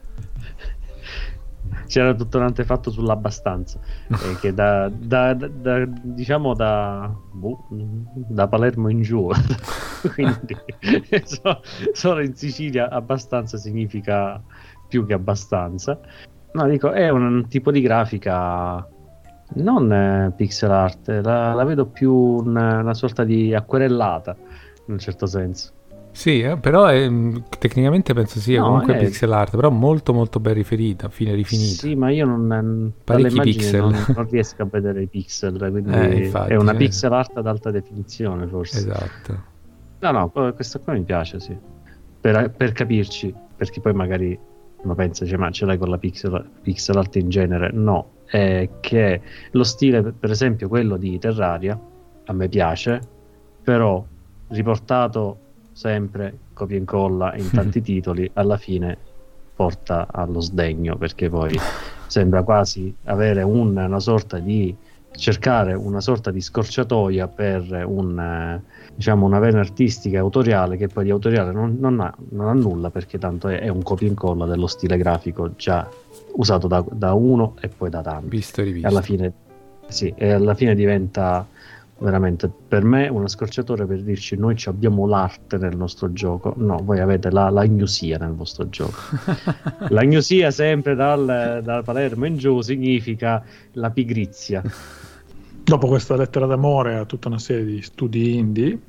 C'era tutto un antefatto sull'abbastanza, che diciamo da Palermo in giù quindi solo in Sicilia abbastanza significa più che abbastanza. No, dico, è un tipo di grafica non pixel art, la vedo più una sorta di acquerellata in un certo senso. Sì, però tecnicamente penso sia comunque pixel art, però molto molto ben rifinita. Sì, ma io parecchi pixel non riesco a vedere i pixel, quindi infatti, è una pixel art ad alta definizione forse. Esatto. No, questo qua mi piace, sì. Per capirci, perché poi magari uno pensa, ma ce l'hai con la pixel art in genere? No, è che lo stile, per esempio quello di Terraria, a me piace, però riportato sempre copia e incolla in tanti titoli, alla fine porta allo sdegno, perché poi sembra quasi avere una sorta di cercare una sorta di scorciatoia per una vena artistica autoriale, che poi di autoriale non ha nulla, perché tanto è un copia e incolla dello stile grafico già usato da uno e poi da tanti, visto e rivisto. E alla fine diventa veramente per me una scorciatoia per dirci: noi abbiamo l'arte nel nostro gioco. No, voi avete la gnusia nel vostro gioco. La gnusia sempre dal Palermo in giù significa la pigrizia. Dopo questa lettera d'amore a tutta una serie di studi indie,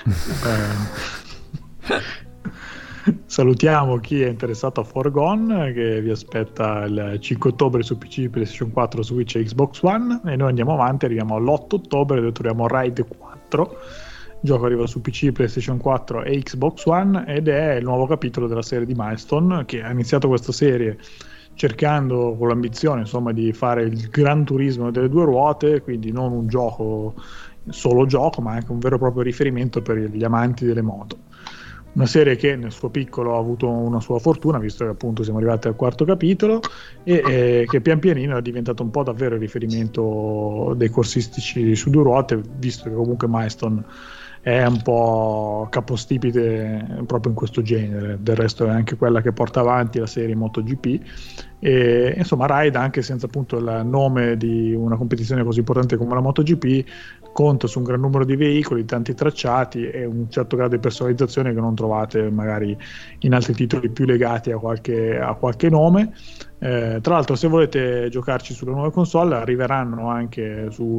salutiamo chi è interessato a Foregone, che vi aspetta il 5 ottobre su PC, PlayStation 4, Switch e Xbox One, e noi andiamo avanti, arriviamo all'8 ottobre dove troviamo Raid 4. Il gioco arriva su PC, PlayStation 4 e Xbox One, ed è il nuovo capitolo della serie di Milestone, che ha iniziato questa serie cercando, con l'ambizione insomma, di fare il gran turismo delle due ruote, quindi non un solo gioco, ma anche un vero e proprio riferimento per gli amanti delle moto. Una serie che nel suo piccolo ha avuto una sua fortuna, visto che appunto siamo arrivati al 4º capitolo, e che pian pianino è diventato un po' davvero il riferimento dei corsistici su due ruote, visto che comunque Milestone è un po' capostipite proprio in questo genere. Del resto è anche quella che porta avanti la serie MotoGP, e insomma Raid, anche senza appunto il nome di una competizione così importante come la MotoGP, conta su un gran numero di veicoli, tanti tracciati e un certo grado di personalizzazione che non trovate magari in altri titoli più legati a qualche nome. Tra l'altro, se volete giocarci sulle nuove console, arriveranno anche su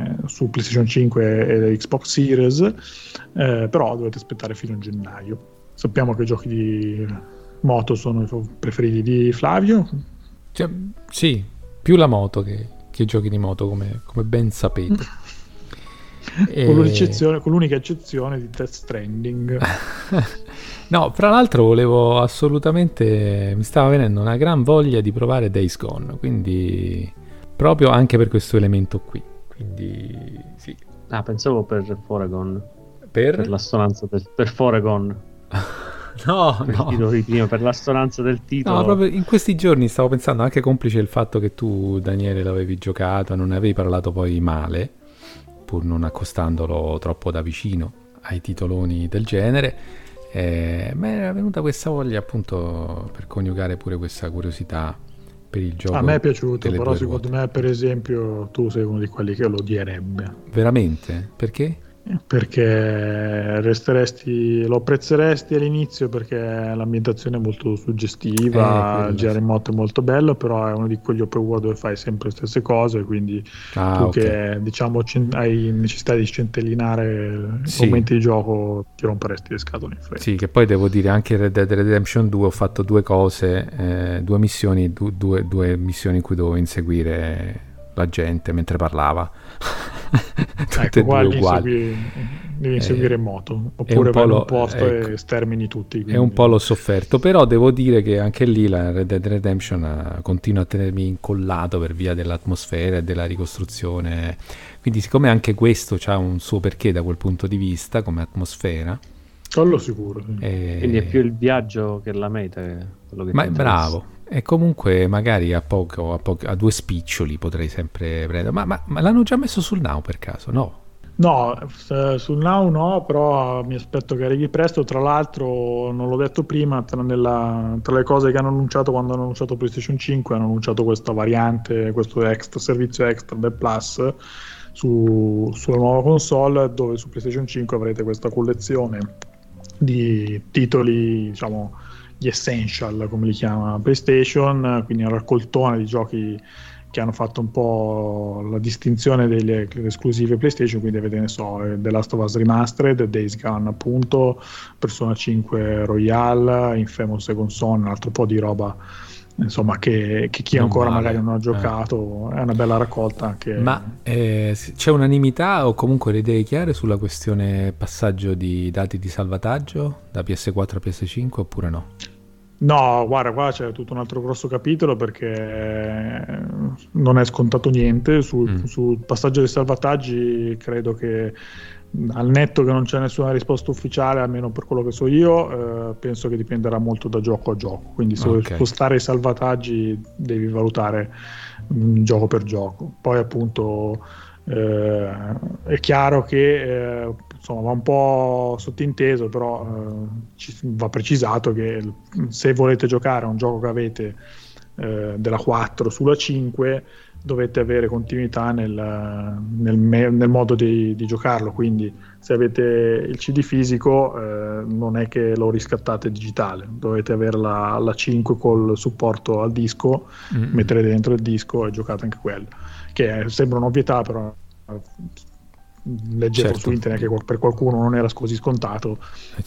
PlayStation 5 e Xbox Series, però dovete aspettare fino a gennaio. sappiamo che i giochi di moto sono i preferiti di Flavio. Cioè, sì, più la moto che i giochi di moto, come ben sapete. Con l'unica eccezione di Death Stranding. No, fra l'altro volevo assolutamente, mi stava venendo una gran voglia di provare Days Gone, quindi proprio anche per questo elemento qui, quindi sì. Ah, pensavo per Foregon. Per l'assonanza per Foregon. No. Prima, per l'assonanza del titolo. No, proprio in questi giorni stavo pensando, anche complice il fatto che tu, Daniele, l'avevi giocato, non ne avevi parlato poi male, pur non accostandolo troppo da vicino ai titoloni del genere. Ma era venuta questa voglia appunto per coniugare pure questa curiosità per il gioco. A me è piaciuto, però secondo me, per esempio, tu sei uno di quelli che lo odierebbe. Veramente? Perché? Perché lo apprezzeresti all'inizio perché l'ambientazione è molto suggestiva, il girare in moto è molto bello, però è uno di quegli open world dove fai sempre le stesse cose, quindi che diciamo hai necessità di centellinare momenti di gioco, ti romperesti le scatole in fretta. Sì, che poi devo dire anche Red Dead Redemption 2 ho fatto due cose, due missioni in cui dovevo inseguire la gente mentre parlava. Ecco, qua devi inseguire in moto, oppure vai in un posto e stermini tutti. È un po' l'ho sofferto, però devo dire che anche lì la Red Dead Redemption continua a tenermi incollato per via dell'atmosfera e della ricostruzione, quindi siccome anche questo ha un suo perché da quel punto di vista come atmosfera, quello sicuro, sì. Quindi è più il viaggio che la meta, quello che ma è bravo. E comunque magari a due spiccioli potrei sempre prendere. Ma l'hanno già messo sul Now per caso? No, sul Now no, però mi aspetto che arrivi presto. Tra l'altro, non l'ho detto prima, tra le cose che hanno annunciato quando hanno annunciato PlayStation 5, hanno annunciato questa variante, questo servizio extra del Plus sulla nuova console, dove su PlayStation 5 avrete questa collezione di titoli, diciamo gli essential, come li chiama PlayStation, quindi un raccoltone di giochi che hanno fatto un po' la distinzione delle esclusive PlayStation, quindi avete, ne so, The Last of Us Remastered, Days Gone appunto, Persona 5 Royale, Infamous Second Son, un altro po' di roba, insomma, che chi non ancora male. Magari non ha giocato, è una bella raccolta anche. Ma c'è unanimità o comunque le idee chiare sulla questione passaggio di dati di salvataggio da PS4 a PS5 oppure no? No, guarda, qua c'è tutto un altro grosso capitolo perché non è scontato niente sul passaggio dei salvataggi. Credo che al netto che non c'è nessuna risposta ufficiale, almeno per quello che so io, penso che dipenderà molto da gioco a gioco, quindi se vuoi spostare i salvataggi devi valutare gioco per gioco. Poi appunto è chiaro che insomma va un po' sottinteso, però va precisato che se volete giocare a un gioco che avete della 4 sulla 5 dovete avere continuità nel modo di giocarlo, quindi se avete il CD fisico non è che lo riscattate digitale, dovete avere la 5 col supporto al disco, mettere dentro il disco e giocate anche quello, che sembra un'ovvietà, però leggevo su internet che per qualcuno non era così scontato,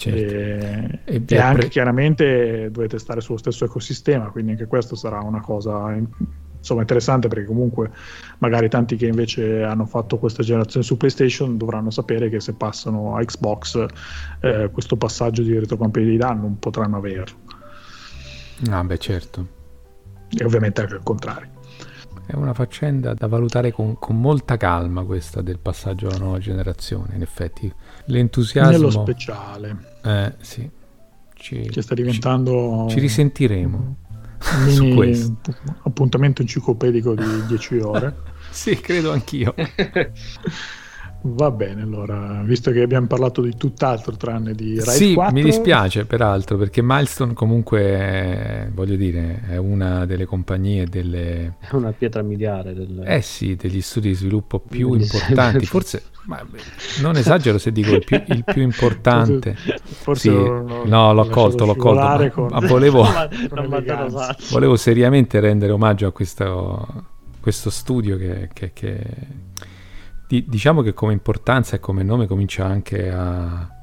e anche chiaramente dovete stare sullo stesso ecosistema, quindi anche questo sarà una cosa insomma interessante, perché comunque magari tanti che invece hanno fatto questa generazione su PlayStation dovranno sapere che se passano a Xbox questo passaggio di retrocompatibilità non potranno averlo. Ah beh, certo. E ovviamente anche il contrario. È una faccenda da valutare con molta calma, questa del passaggio alla nuova generazione. In effetti l'entusiasmo nello speciale sì, che sta diventando ci risentiremo un su questo appuntamento enciclopedico di 10 ore. Sì, credo anch'io. Va bene, allora, visto che abbiamo parlato di tutt'altro tranne di Ride sì, 4... mi dispiace peraltro, perché Milestone comunque voglio dire è una delle compagnie è una pietra miliare sì, degli studi di sviluppo più importanti, forse, ma non esagero se dico il più importante. Forse sì, no, l'ho colto, ma volevo seriamente rendere omaggio a questo studio che diciamo che come importanza e come nome comincia anche a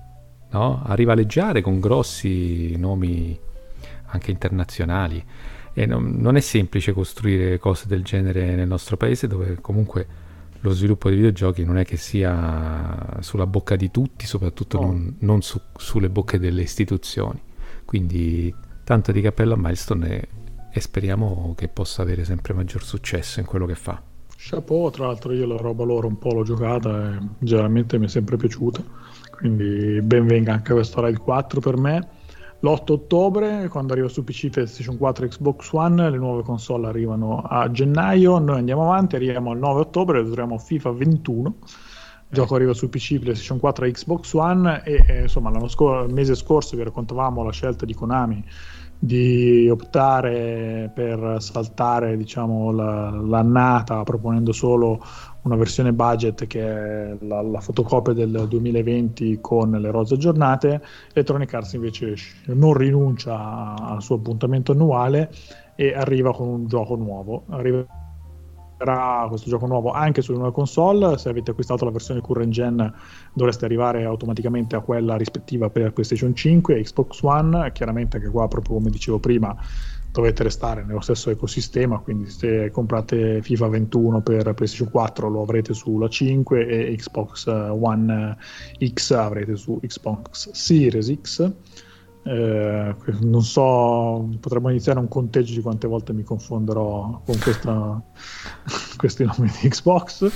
no? A rivaleggiare con grossi nomi anche internazionali, e non è semplice costruire cose del genere nel nostro paese, dove comunque lo sviluppo dei videogiochi non è che sia sulla bocca di tutti, soprattutto non sulle bocche delle istituzioni. Quindi tanto di cappello a Milestone e speriamo che possa avere sempre maggior successo in quello che fa. Chapeau, tra l'altro io la roba loro un po' l'ho giocata e generalmente mi è sempre piaciuta, quindi ben venga anche questo Raid 4 per me. L'8 ottobre, quando arriva su PC, PlayStation 4 e Xbox One, le nuove console arrivano a gennaio, noi andiamo avanti, arriviamo al 9 ottobre, troviamo FIFA 21, il gioco arriva su PC, PlayStation 4 e Xbox One e insomma il mese scorso vi raccontavamo la scelta di Konami di optare per saltare, diciamo, l'annata proponendo solo una versione budget che è la fotocopia del 2020 con le rose aggiornate. Electronic Arts invece non rinuncia al suo appuntamento annuale e arriva con un gioco nuovo. Arriverà questo gioco nuovo anche sulle nuove console. Se avete acquistato la versione current gen dovreste arrivare automaticamente a quella rispettiva per PlayStation 5 e Xbox One. Chiaramente anche qua, proprio come dicevo prima, dovete restare nello stesso ecosistema, quindi se comprate FIFA 21 per PlayStation 4 lo avrete sulla 5 e Xbox One X avrete su Xbox Series X. Non so, potremmo iniziare un conteggio di quante volte mi confonderò con questi nomi di Xbox.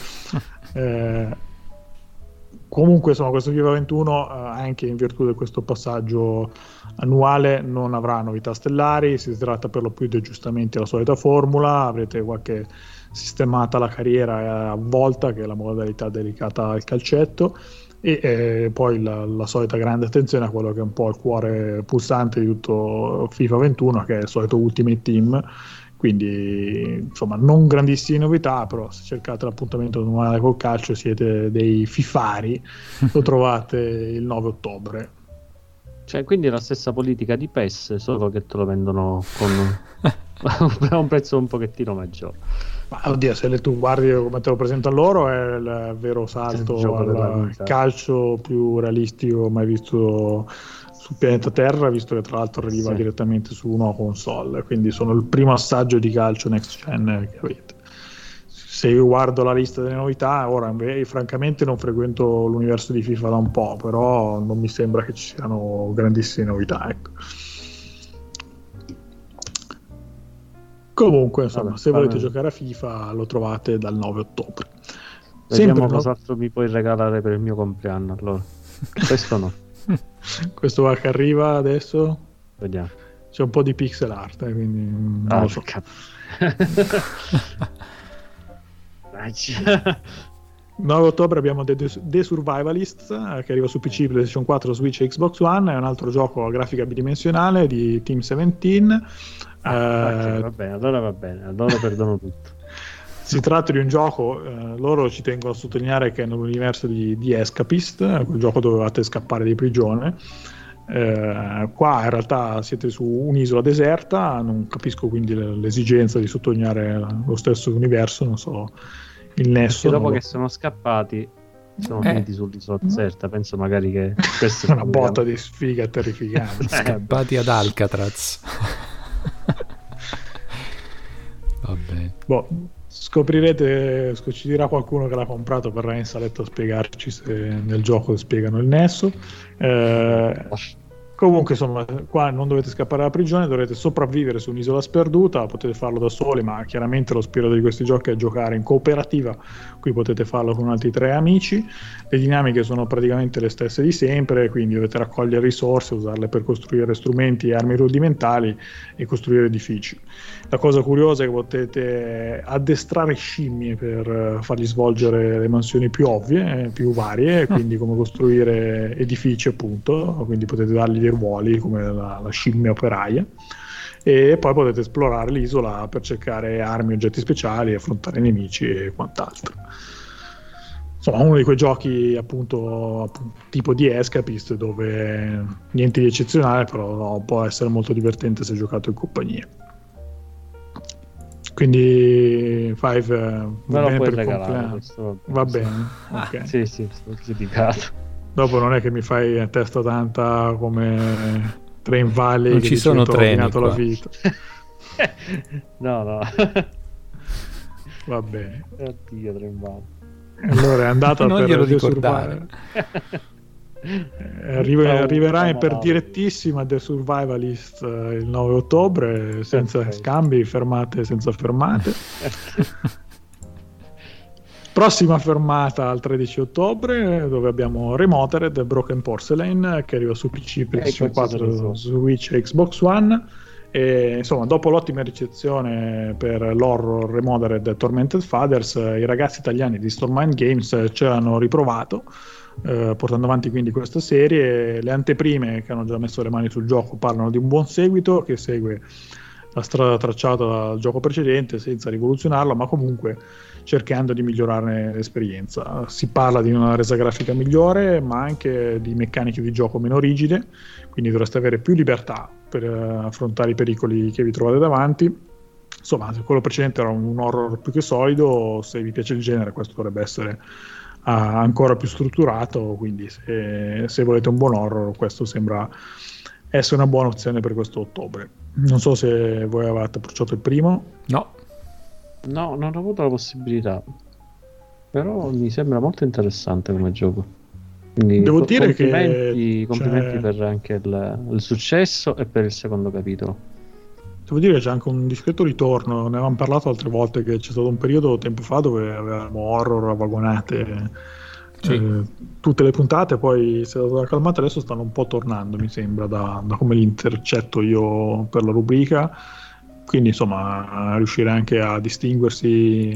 Comunque insomma questo FIFA 21 anche in virtù di questo passaggio annuale non avrà novità stellari, si tratta per lo più di aggiustamenti alla solita formula, avrete qualche sistemata la carriera a volta, che è la modalità dedicata al calcetto, e poi la solita grande attenzione a quello che è un po' il cuore pulsante di tutto FIFA 21, che è il solito Ultimate Team. Quindi insomma non grandissime novità, però se cercate l'appuntamento annuale col calcio siete dei fifari, lo trovate il 9 ottobre. Cioè, quindi è la stessa politica di PES, solo che te lo vendono con un prezzo un pochettino maggiore. Ma oddio, se tu guardi come te lo presentano loro, è il vero salto al calcio più realistico mai visto sul pianeta Terra, visto che tra l'altro arriva direttamente su una console, quindi sono il primo assaggio di calcio next gen che avete. Se io guardo la lista delle novità, ora francamente non frequento l'universo di FIFA da un po', però non mi sembra che ci siano grandissime novità, ecco. Comunque insomma, se volete giocare a FIFA lo trovate dal 9 ottobre. Vediamo cos'altro mi puoi regalare per il mio compleanno, allora. Questo no. Questo qua che arriva adesso, vediamo, c'è un po' di pixel art, quindi non lo so. 9 ottobre abbiamo The Survivalist che arriva su PC, PlayStation 4, Switch e Xbox One. È un altro gioco a grafica bidimensionale di Team 17. Va bene, allora perdono tutto. Si tratta di un gioco, loro ci tengono a sottolineare che è nell'universo di Escapist, quel gioco dove dovevate scappare di prigione. Qua in realtà siete su un'isola deserta, non capisco quindi l'esigenza di sottolineare lo stesso universo, non so il nesso. Perché dopo che sono scappati sono finiti sull'isola deserta, penso magari che questa è una botta di sfiga terrificante. Scappati ad Alcatraz. Va bene. Boh, scoprirete, ci dirà qualcuno che l'ha comprato, verrà in saletta a spiegarci se nel gioco spiegano il nesso. Comunque insomma qua non dovete scappare dalla prigione, dovrete sopravvivere su un'isola sperduta, potete farlo da soli, ma chiaramente lo spirito di questi giochi è giocare in cooperativa, qui potete farlo con altri 3 amici. Le dinamiche sono praticamente le stesse di sempre, quindi dovete raccogliere risorse, usarle per costruire strumenti e armi rudimentali e costruire edifici. La cosa curiosa è che potete addestrare scimmie per fargli svolgere le mansioni più ovvie, più varie, quindi come costruire edifici appunto, quindi potete dargli dei ruoli come la scimmia operaia, e poi potete esplorare l'isola per cercare armi, oggetti speciali, affrontare nemici e quant'altro. Insomma, uno di quei giochi appunto tipo di Escapist, dove niente di eccezionale, però può essere molto divertente se giocato in compagnia. Quindi Five me lo puoi regalare, questo va bene. Okay. Sì, sto dedicato. Dopo non è che mi fai a testa tanta come Train Valley, non che ci sono treni rovinato qua. la vita. No. Va bene. Oddio, Train Valley. Allora è andata Non per glielo The ricordare. Arriverà per direttissima The Survivalist il 9 ottobre senza Perfetto. scambi, fermate senza fermate. Prossima fermata al 13 ottobre, dove abbiamo Remotered Broken Porcelain, che arriva su PC, PlayStation 4, Switch e Xbox One. E, insomma, dopo l'ottima ricezione per l'horror Remotered Tormented Fathers, i ragazzi italiani di Stormwind Games ci hanno riprovato, portando avanti quindi questa serie. Le anteprime che hanno già messo le mani sul gioco parlano di un buon seguito che segue la strada tracciata dal gioco precedente senza rivoluzionarlo, ma comunque cercando di migliorarne l'esperienza. Si parla di una resa grafica migliore, ma anche di meccaniche di gioco meno rigide, quindi dovreste avere più libertà per affrontare i pericoli che vi trovate davanti. Insomma, se quello precedente era un horror più che solido, se vi piace il genere questo dovrebbe essere ancora più strutturato, quindi se volete un buon horror questo sembra essere una buona opzione per questo ottobre. Non so se voi avete approcciato il primo. No, non ho avuto la possibilità, però mi sembra molto interessante come gioco. Quindi devo dire complimenti per anche il successo e per il secondo capitolo. Devo dire che c'è anche un discreto ritorno, ne avevamo parlato altre volte, che c'è stato un periodo tempo fa dove avevamo horror a vagonate, tutte le puntate, poi si è stata calmata, adesso stanno un po' tornando, mi sembra, da come li intercetto io per la rubrica. Quindi insomma riuscire anche a distinguersi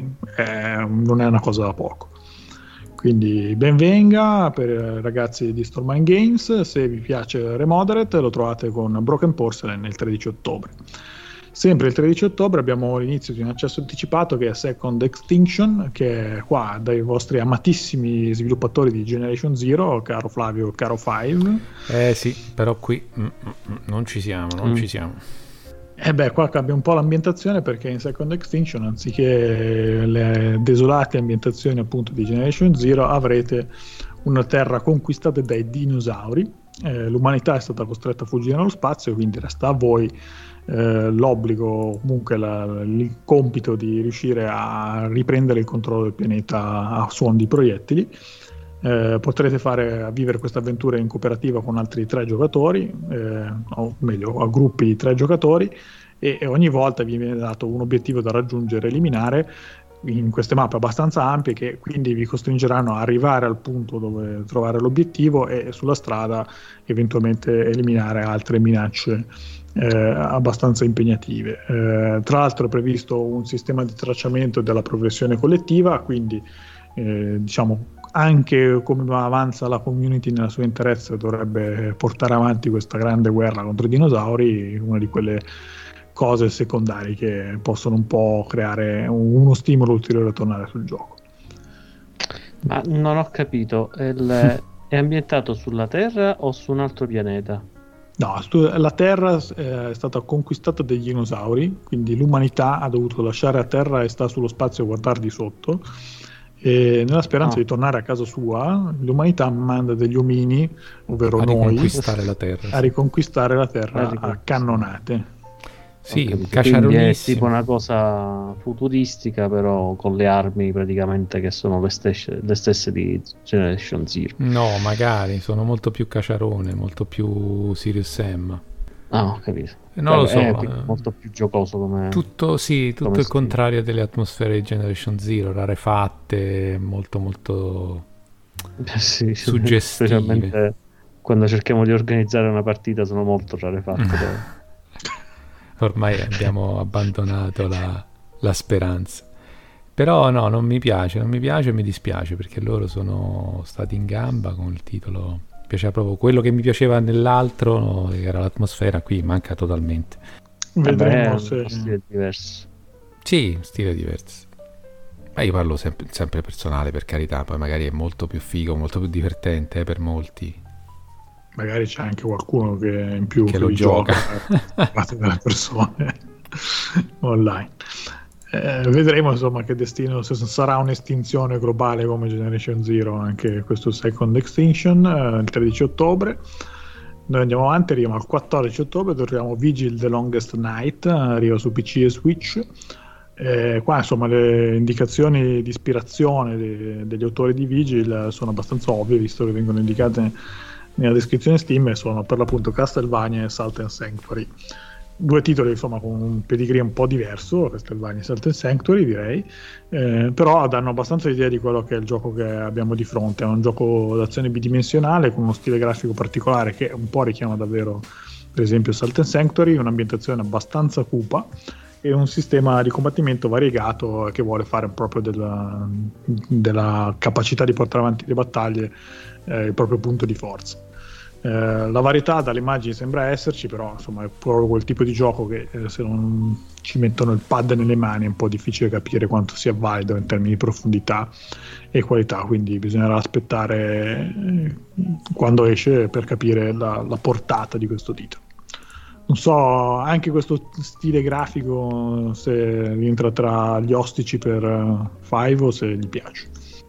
non è una cosa da poco. Quindi ben venga per i ragazzi di Stormwind Games. Se vi piace Remodered lo trovate con Broken Porcelain il 13 ottobre. Sempre il 13 ottobre abbiamo l'inizio di un accesso anticipato che è Second Extinction, che è qua dai vostri amatissimi sviluppatori di Generation Zero, caro Flavio, caro Five. Sì, però qui non ci siamo. Qua cambia un po' l'ambientazione, perché in Second Extinction, anziché le desolate ambientazioni appunto di Generation Zero, avrete una terra conquistata dai dinosauri. L'umanità è stata costretta a fuggire nello spazio, quindi resta a voi l'obbligo, comunque il compito di riuscire a riprendere il controllo del pianeta a suon di proiettili. Potrete fare vivere questa avventura in cooperativa con altri 3 giocatori, o meglio a gruppi di 3 giocatori, e ogni volta vi viene dato un obiettivo da raggiungere e eliminare in queste mappe abbastanza ampie, che quindi vi costringeranno a arrivare al punto dove trovare l'obiettivo e sulla strada eventualmente eliminare altre minacce abbastanza impegnative. Tra l'altro è previsto un sistema di tracciamento della progressione collettiva, quindi diciamo anche come avanza la community nella sua interezza dovrebbe portare avanti questa grande guerra contro i dinosauri, una di quelle cose secondarie che possono un po' creare uno stimolo ulteriore a tornare sul gioco. Ma non ho capito, è ambientato sulla Terra o su un altro pianeta? No, la Terra è stata conquistata dagli dinosauri, quindi l'umanità ha dovuto lasciare la Terra e sta sullo spazio a guardare di sotto, e nella speranza di tornare a casa sua l'umanità manda degli omini, ovvero noi, a riconquistare la Terra a cannonate. Sì, caciaronissimo. È tipo una cosa futuristica, però con le armi praticamente che sono le stesse di Generation Zero. No, magari sono molto più caciarone, molto più Serious Sam. Ah, ho capito. Non lo so, molto più giocoso come tutto il contrario delle atmosfere di Generation Zero, rarefatte, molto suggestive. Specialmente quando cerchiamo di organizzare una partita sono molto rarefatte. Ormai abbiamo abbandonato la speranza. Però no, non mi piace e mi dispiace, perché loro sono stati in gamba con il titolo. Mi piaceva proprio quello che mi piaceva nell'altro, no, che era l'atmosfera, qui manca totalmente. Vedremo se stile diverso. Sì, stile diverso. Ma io parlo sempre personale, per carità, poi magari è molto più figo, molto più divertente per molti. Magari c'è anche qualcuno che in più che lo gioca delle persone online. Vedremo insomma che destino, se sarà un'estinzione globale come Generation Zero anche questo Second Extinction, il 13 ottobre. Noi andiamo avanti, arriviamo al 14 ottobre, troviamo Vigil The Longest Night, arriva su PC e Switch. Qua insomma le indicazioni di ispirazione degli autori di Vigil sono abbastanza ovvie, visto che vengono indicate nella descrizione Steam, e sono per l'appunto Castlevania e Salt and Sanctuary. Due titoli insomma con un pedigree un po' diverso, Castlevania e Salt and Sanctuary direi, però danno abbastanza l'idea di quello che è il gioco che abbiamo di fronte. È un gioco d'azione bidimensionale con uno stile grafico particolare che un po' richiama davvero per esempio Salt and Sanctuary, un'ambientazione abbastanza cupa e un sistema di combattimento variegato che vuole fare proprio della capacità di portare avanti le battaglie il proprio punto di forza. La varietà dalle immagini sembra esserci, però insomma è proprio quel tipo di gioco che se non ci mettono il pad nelle mani è un po' difficile capire quanto sia valido in termini di profondità e qualità, quindi bisognerà aspettare quando esce per capire la portata di questo titolo. Non so, anche questo stile grafico se rientra tra gli ostici per Five o se gli piace.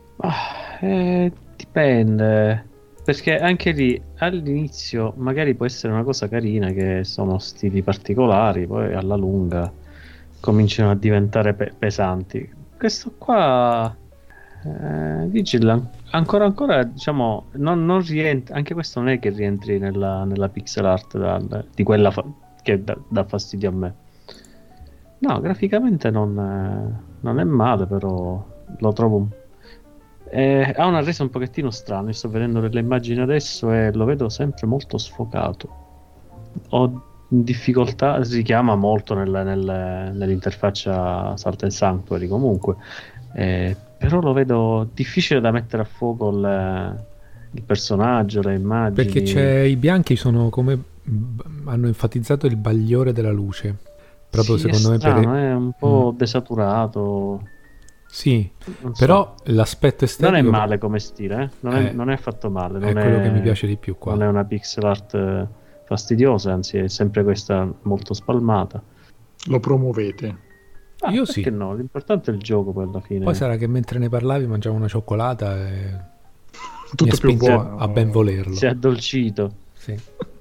Dipende, perché anche lì all'inizio magari può essere una cosa carina, che sono stili particolari, poi alla lunga cominciano a diventare pesanti. Questo qua Vigil ancora diciamo non rientra, anche questo non è che rientri nella pixel art di quella che dà fastidio a me. No, graficamente non è male, però lo trovo ha una resa un pochettino strana. Io sto vedendo le immagini adesso e lo vedo sempre molto sfocato. Ho difficoltà, si chiama molto nell'interfaccia Salt and Sanctuary comunque, però lo vedo difficile da mettere a fuoco il personaggio, le immagini, perché i bianchi sono come hanno enfatizzato il bagliore della luce proprio, sì, secondo me è un po' desaturato. Sì, però l'aspetto estetico non è male come stile, non è affatto male, è quello che mi piace di più qua. Non è una pixel art fastidiosa, anzi è sempre questa molto spalmata. Lo promuovete? Io perché sì. No, l'importante è il gioco poi alla fine. Poi sarà che mentre ne parlavi mangiavo una cioccolata e tutto più buono a ben volerlo. Si è addolcito. Sì.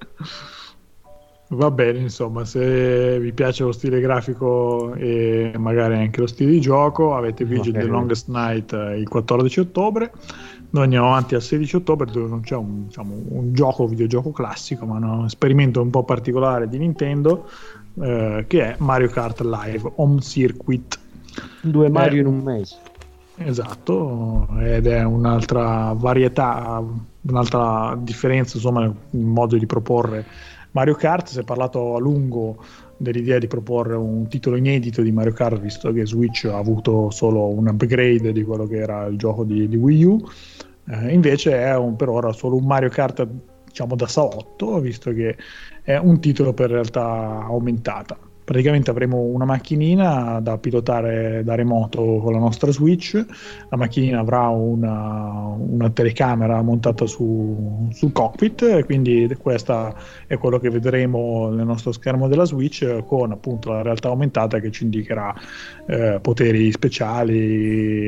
Va bene, insomma, se vi piace lo stile grafico e magari anche lo stile di gioco, avete Vigil The Longest Night il 14 ottobre. Noi andiamo avanti al 16 ottobre, dove non c'è un videogioco classico, ma un esperimento un po' particolare di Nintendo, che è Mario Kart Live Home Circuit. 2 Mario in un mese. Esatto, ed è un'altra varietà, un'altra differenza, insomma, nel modo di proporre Mario Kart. Si è parlato a lungo dell'idea di proporre un titolo inedito di Mario Kart, visto che Switch ha avuto solo un upgrade di quello che era il gioco di Wii U. Invece è per ora solo un Mario Kart, diciamo, da salotto, visto che è un titolo per realtà aumentata. Praticamente avremo una macchinina da pilotare da remoto con la nostra Switch. La macchinina avrà una telecamera montata sul cockpit, e quindi questa è quello che vedremo nel nostro schermo della Switch, con appunto la realtà aumentata che ci indicherà poteri speciali,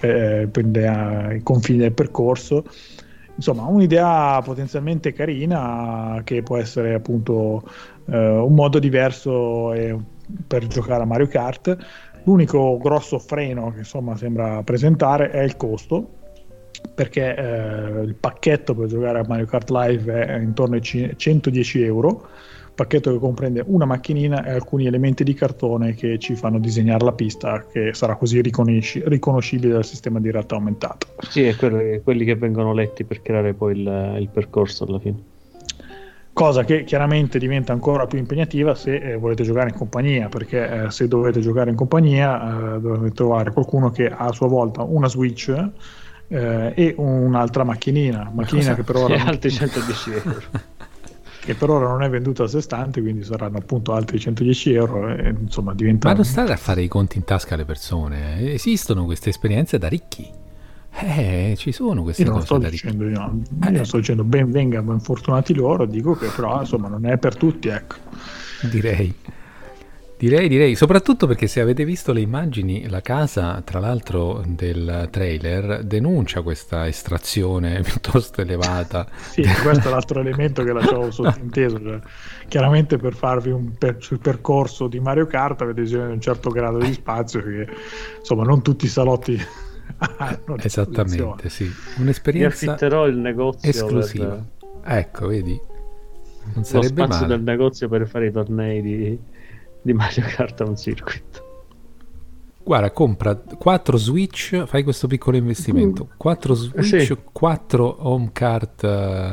i confini del percorso. Insomma, un'idea potenzialmente carina, che può essere appunto un modo diverso per giocare a Mario Kart. L'unico grosso freno che insomma sembra presentare è il costo, perché il pacchetto per giocare a Mario Kart Live è intorno ai 110 euro, pacchetto che comprende una macchinina e alcuni elementi di cartone che ci fanno disegnare la pista, che sarà così riconoscibile dal sistema di realtà aumentata. Sì, è quelli che vengono letti per creare poi il percorso alla fine. Cosa che chiaramente diventa ancora più impegnativa se volete giocare in compagnia, perché se dovete giocare in compagnia dovete trovare qualcuno che ha a sua volta una Switch e un'altra macchinina che per ora altri 110 euro. Che per ora non è venduta a sé stante, quindi saranno appunto altri 110 euro e, insomma, diventa... Ma non state a fare i conti in tasca alle persone, esistono queste esperienze da ricchi, ci sono queste cose da ricchi. Io sto dicendo ben venga, ben fortunati loro, dico che però insomma non è per tutti, ecco. Direi Direi, soprattutto perché se avete visto le immagini, la casa, tra l'altro, del trailer denuncia questa estrazione piuttosto elevata. Sì, questo è l'altro elemento che lasciavo sottinteso. Cioè, chiaramente per farvi sul percorso di Mario Kart avete bisogno di un certo grado di spazio, che insomma non tutti i salotti hanno. Esattamente, sì. Un'esperienza Mi affitterò il negozio esclusiva. Ecco, vedi? Non sarebbe lo spazio male. del negozio per fare i tornei di Mario Kart a un circuito. Guarda, compra 4 Switch, fai questo piccolo investimento. 4 Switch, Sì. 4 home kart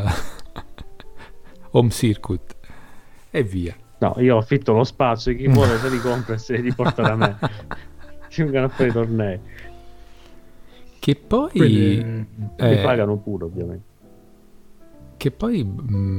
home circuit e via. No, io affitto lo spazio, chi vuole se li compra e se li porta da me. Si vengono a fare i tornei. Che poi Quindi, Mi pagano pure, ovviamente. Che poi,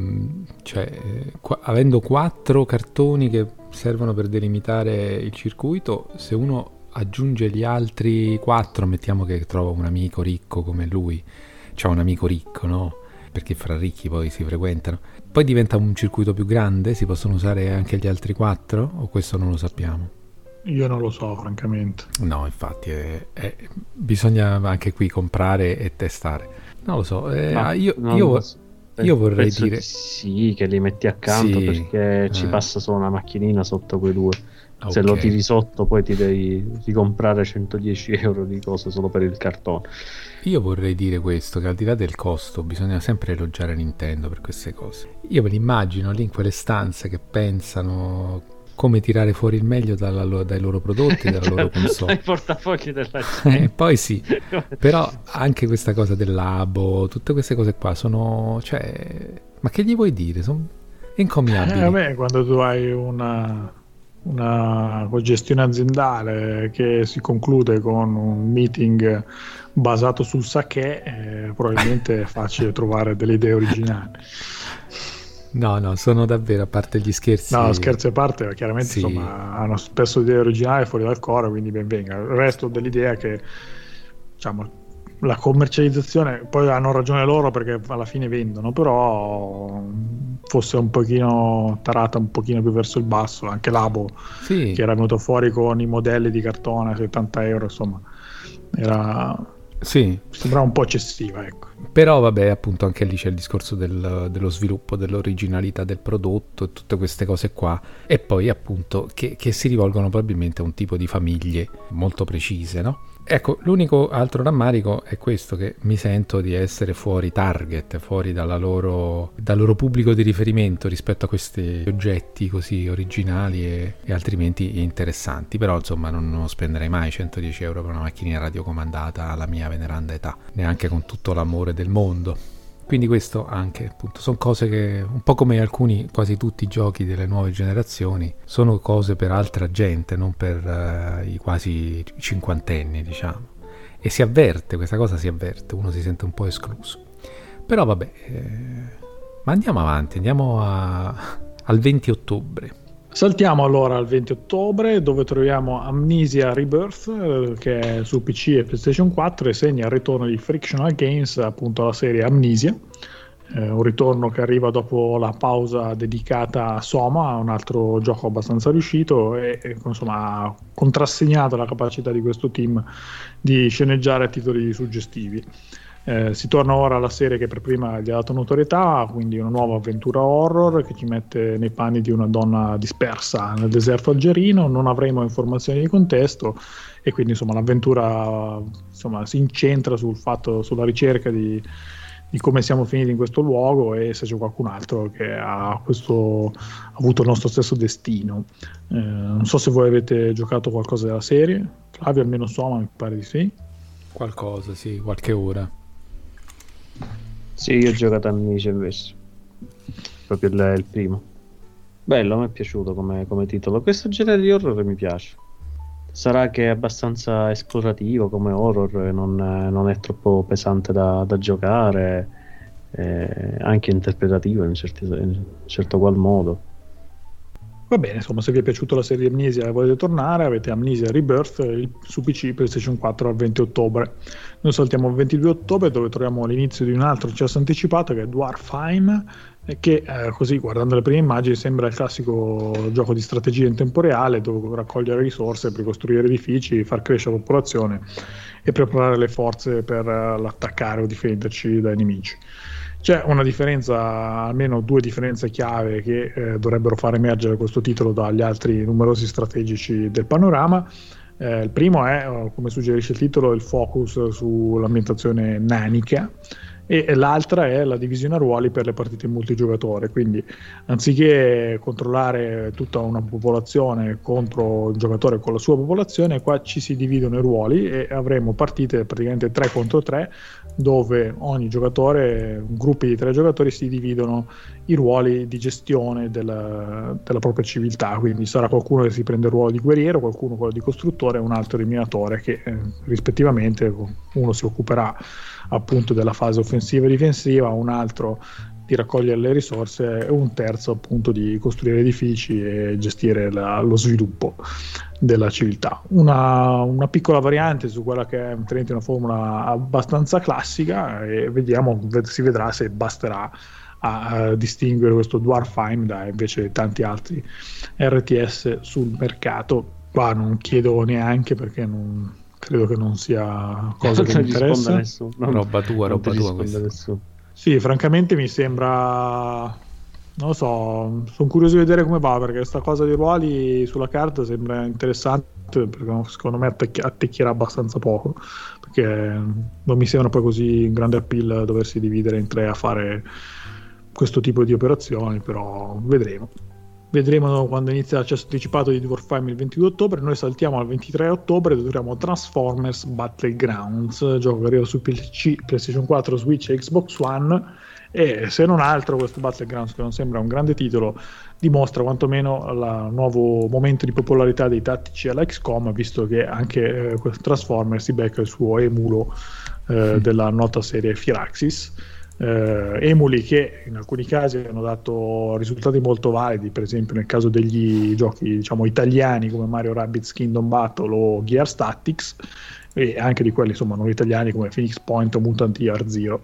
avendo 4 cartoni che servono per delimitare il circuito, se uno aggiunge gli altri 4, mettiamo che trova un amico ricco come lui, c'ha un amico ricco, no? Perché fra ricchi poi si frequentano. Poi diventa un circuito più grande, si possono usare anche gli altri 4? O questo non lo sappiamo? io non lo so, francamente. No, infatti, bisogna anche qui comprare e testare. Non lo so, No, io vorrei penso dire... di sì, che li metti accanto, Sì, perché ci passa solo una macchinina sotto quei due. Se ok. lo tiri sotto poi ti devi ricomprare 110 euro di cose solo per il cartone. Io vorrei dire questo, che al di là del costo bisogna sempre elogiare Nintendo per queste cose. Io me li immagino lì in quelle stanze che pensano come tirare fuori il meglio dai loro prodotti e dalla loro console. Dai portafogli della gente. Poi sì, però anche questa cosa del labo, tutte queste cose qua sono, cioè, ma che gli vuoi dire? Sono incommiabili. Vabbè, quando tu hai una gestione aziendale che si conclude con un meeting basato sul sake, probabilmente è facile trovare delle idee originali. No, sono davvero, a parte gli scherzi. No, scherzi a parte, chiaramente sì. Insomma, hanno spesso idee originali fuori dal core, quindi ben venga. Il resto dell'idea che, diciamo, la commercializzazione, poi hanno ragione loro perché alla fine vendono, però fosse un pochino tarata un pochino più verso il basso, anche Labo, sì, che era venuto fuori con i modelli di cartone a 70 euro, insomma, sì. sembrava un po' eccessiva, ecco. Però vabbè, appunto anche lì c'è il discorso dello sviluppo, dell'originalità del prodotto e tutte queste cose qua, e poi appunto che si rivolgono probabilmente a un tipo di famiglie molto precise, no? Ecco, l'unico altro rammarico è questo, che mi sento di essere fuori target, fuori dal loro pubblico di riferimento rispetto a questi oggetti così originali e altrimenti interessanti. Però insomma non spenderei mai 110 euro per una macchinina radiocomandata alla mia veneranda età, neanche con tutto l'amore del mondo. Quindi questo anche, appunto, sono cose che, un po' come quasi tutti i giochi delle nuove generazioni, sono cose per altra gente, non per i quasi cinquantenni, diciamo. E si avverte, questa cosa si avverte, uno si sente un po' escluso. Però vabbè, ma andiamo avanti, andiamo al 20 ottobre. Saltiamo allora al 20 ottobre, dove troviamo Amnesia Rebirth, che è su PC e PlayStation 4 e segna il ritorno di Frictional Games, appunto alla serie Amnesia, un ritorno che arriva dopo la pausa dedicata a Soma, un altro gioco abbastanza riuscito e insomma ha contrassegnato la capacità di questo team di sceneggiare titoli suggestivi. Si torna ora alla serie che per prima gli ha dato notorietà, quindi una nuova avventura horror che ci mette nei panni di una donna dispersa nel deserto algerino. Non avremo informazioni di contesto e quindi insomma l'avventura si incentra sulla ricerca di come siamo finiti in questo luogo e se c'è qualcun altro che ha avuto il nostro stesso destino. Non so se voi avete giocato qualcosa della serie. Flavio, almeno Soma, mi pare di sì. Qualcosa, sì, qualche ora. Sì, io ho giocato a Amnesia invece, proprio il primo. Bello, mi è piaciuto come titolo. Questo genere di horror mi piace. Sarà che è abbastanza esplorativo come horror, non è troppo pesante da giocare, anche interpretativo in certo qual modo. Va bene, insomma, se vi è piaciuta la serie Amnesia e volete tornare, avete Amnesia Rebirth su PC PlayStation 4 al 20 ottobre. Noi saltiamo il 22 ottobre dove troviamo l'inizio di un altro accesso anticipato che è Dwarfheim, che così, guardando le prime immagini, sembra il classico gioco di strategia in tempo reale, dove raccogliere risorse per costruire edifici, far crescere la popolazione e preparare le forze per l'attaccare o difenderci dai nemici. C'è una differenza, almeno due differenze chiave che dovrebbero far emergere questo titolo dagli altri numerosi strategici del panorama. Il primo è, come suggerisce il titolo, il focus sull'ambientazione nanica, e l'altra è la divisione a ruoli per le partite multigiocatore. Quindi anziché controllare tutta una popolazione contro un giocatore con la sua popolazione, qua ci si dividono i ruoli e avremo partite praticamente 3 contro 3, dove ogni giocatore, gruppi di 3 giocatori, si dividono i ruoli di gestione della propria civiltà. Quindi sarà qualcuno che si prende il ruolo di guerriero, qualcuno quello di costruttore e un altro di minatore, che rispettivamente uno si occuperà appunto della fase offensiva e difensiva, un altro di raccogliere le risorse e un terzo appunto di costruire edifici e gestire lo sviluppo della civiltà. Una piccola variante su quella che è una formula abbastanza classica, e si vedrà se basterà a distinguere questo Dwarfheim da invece tanti altri RTS sul mercato. Qua non chiedo neanche, perché non credo che non sia cosa che mi interessa. Nessuno. Roba tua questa. Sì, francamente mi sembra, non lo so, sono curioso di vedere come va, perché questa cosa di ruoli sulla carta sembra interessante, perché secondo me attecchierà abbastanza poco, perché non mi sembra poi così un grande appeal doversi dividere in 3 a fare questo tipo di operazioni, però vedremo quando inizia l'accesso anticipato di Dwarfheim il 22 ottobre. Noi saltiamo al 23 ottobre, dove troviamo Transformers Battlegrounds, gioco che arriva su PC, PlayStation 4, Switch e Xbox One. E se non altro questo Battlegrounds, che non sembra un grande titolo, dimostra quantomeno il nuovo momento di popolarità dei tattici alla XCOM, visto che anche Transformers si becca il suo emulo della nota serie Firaxis. Emuli che in alcuni casi hanno dato risultati molto validi, per esempio nel caso degli giochi diciamo italiani come Mario Rabbids Kingdom Battle o Gears Tactics, e anche di quelli insomma non italiani come Phoenix Point o Mutant Year Zero.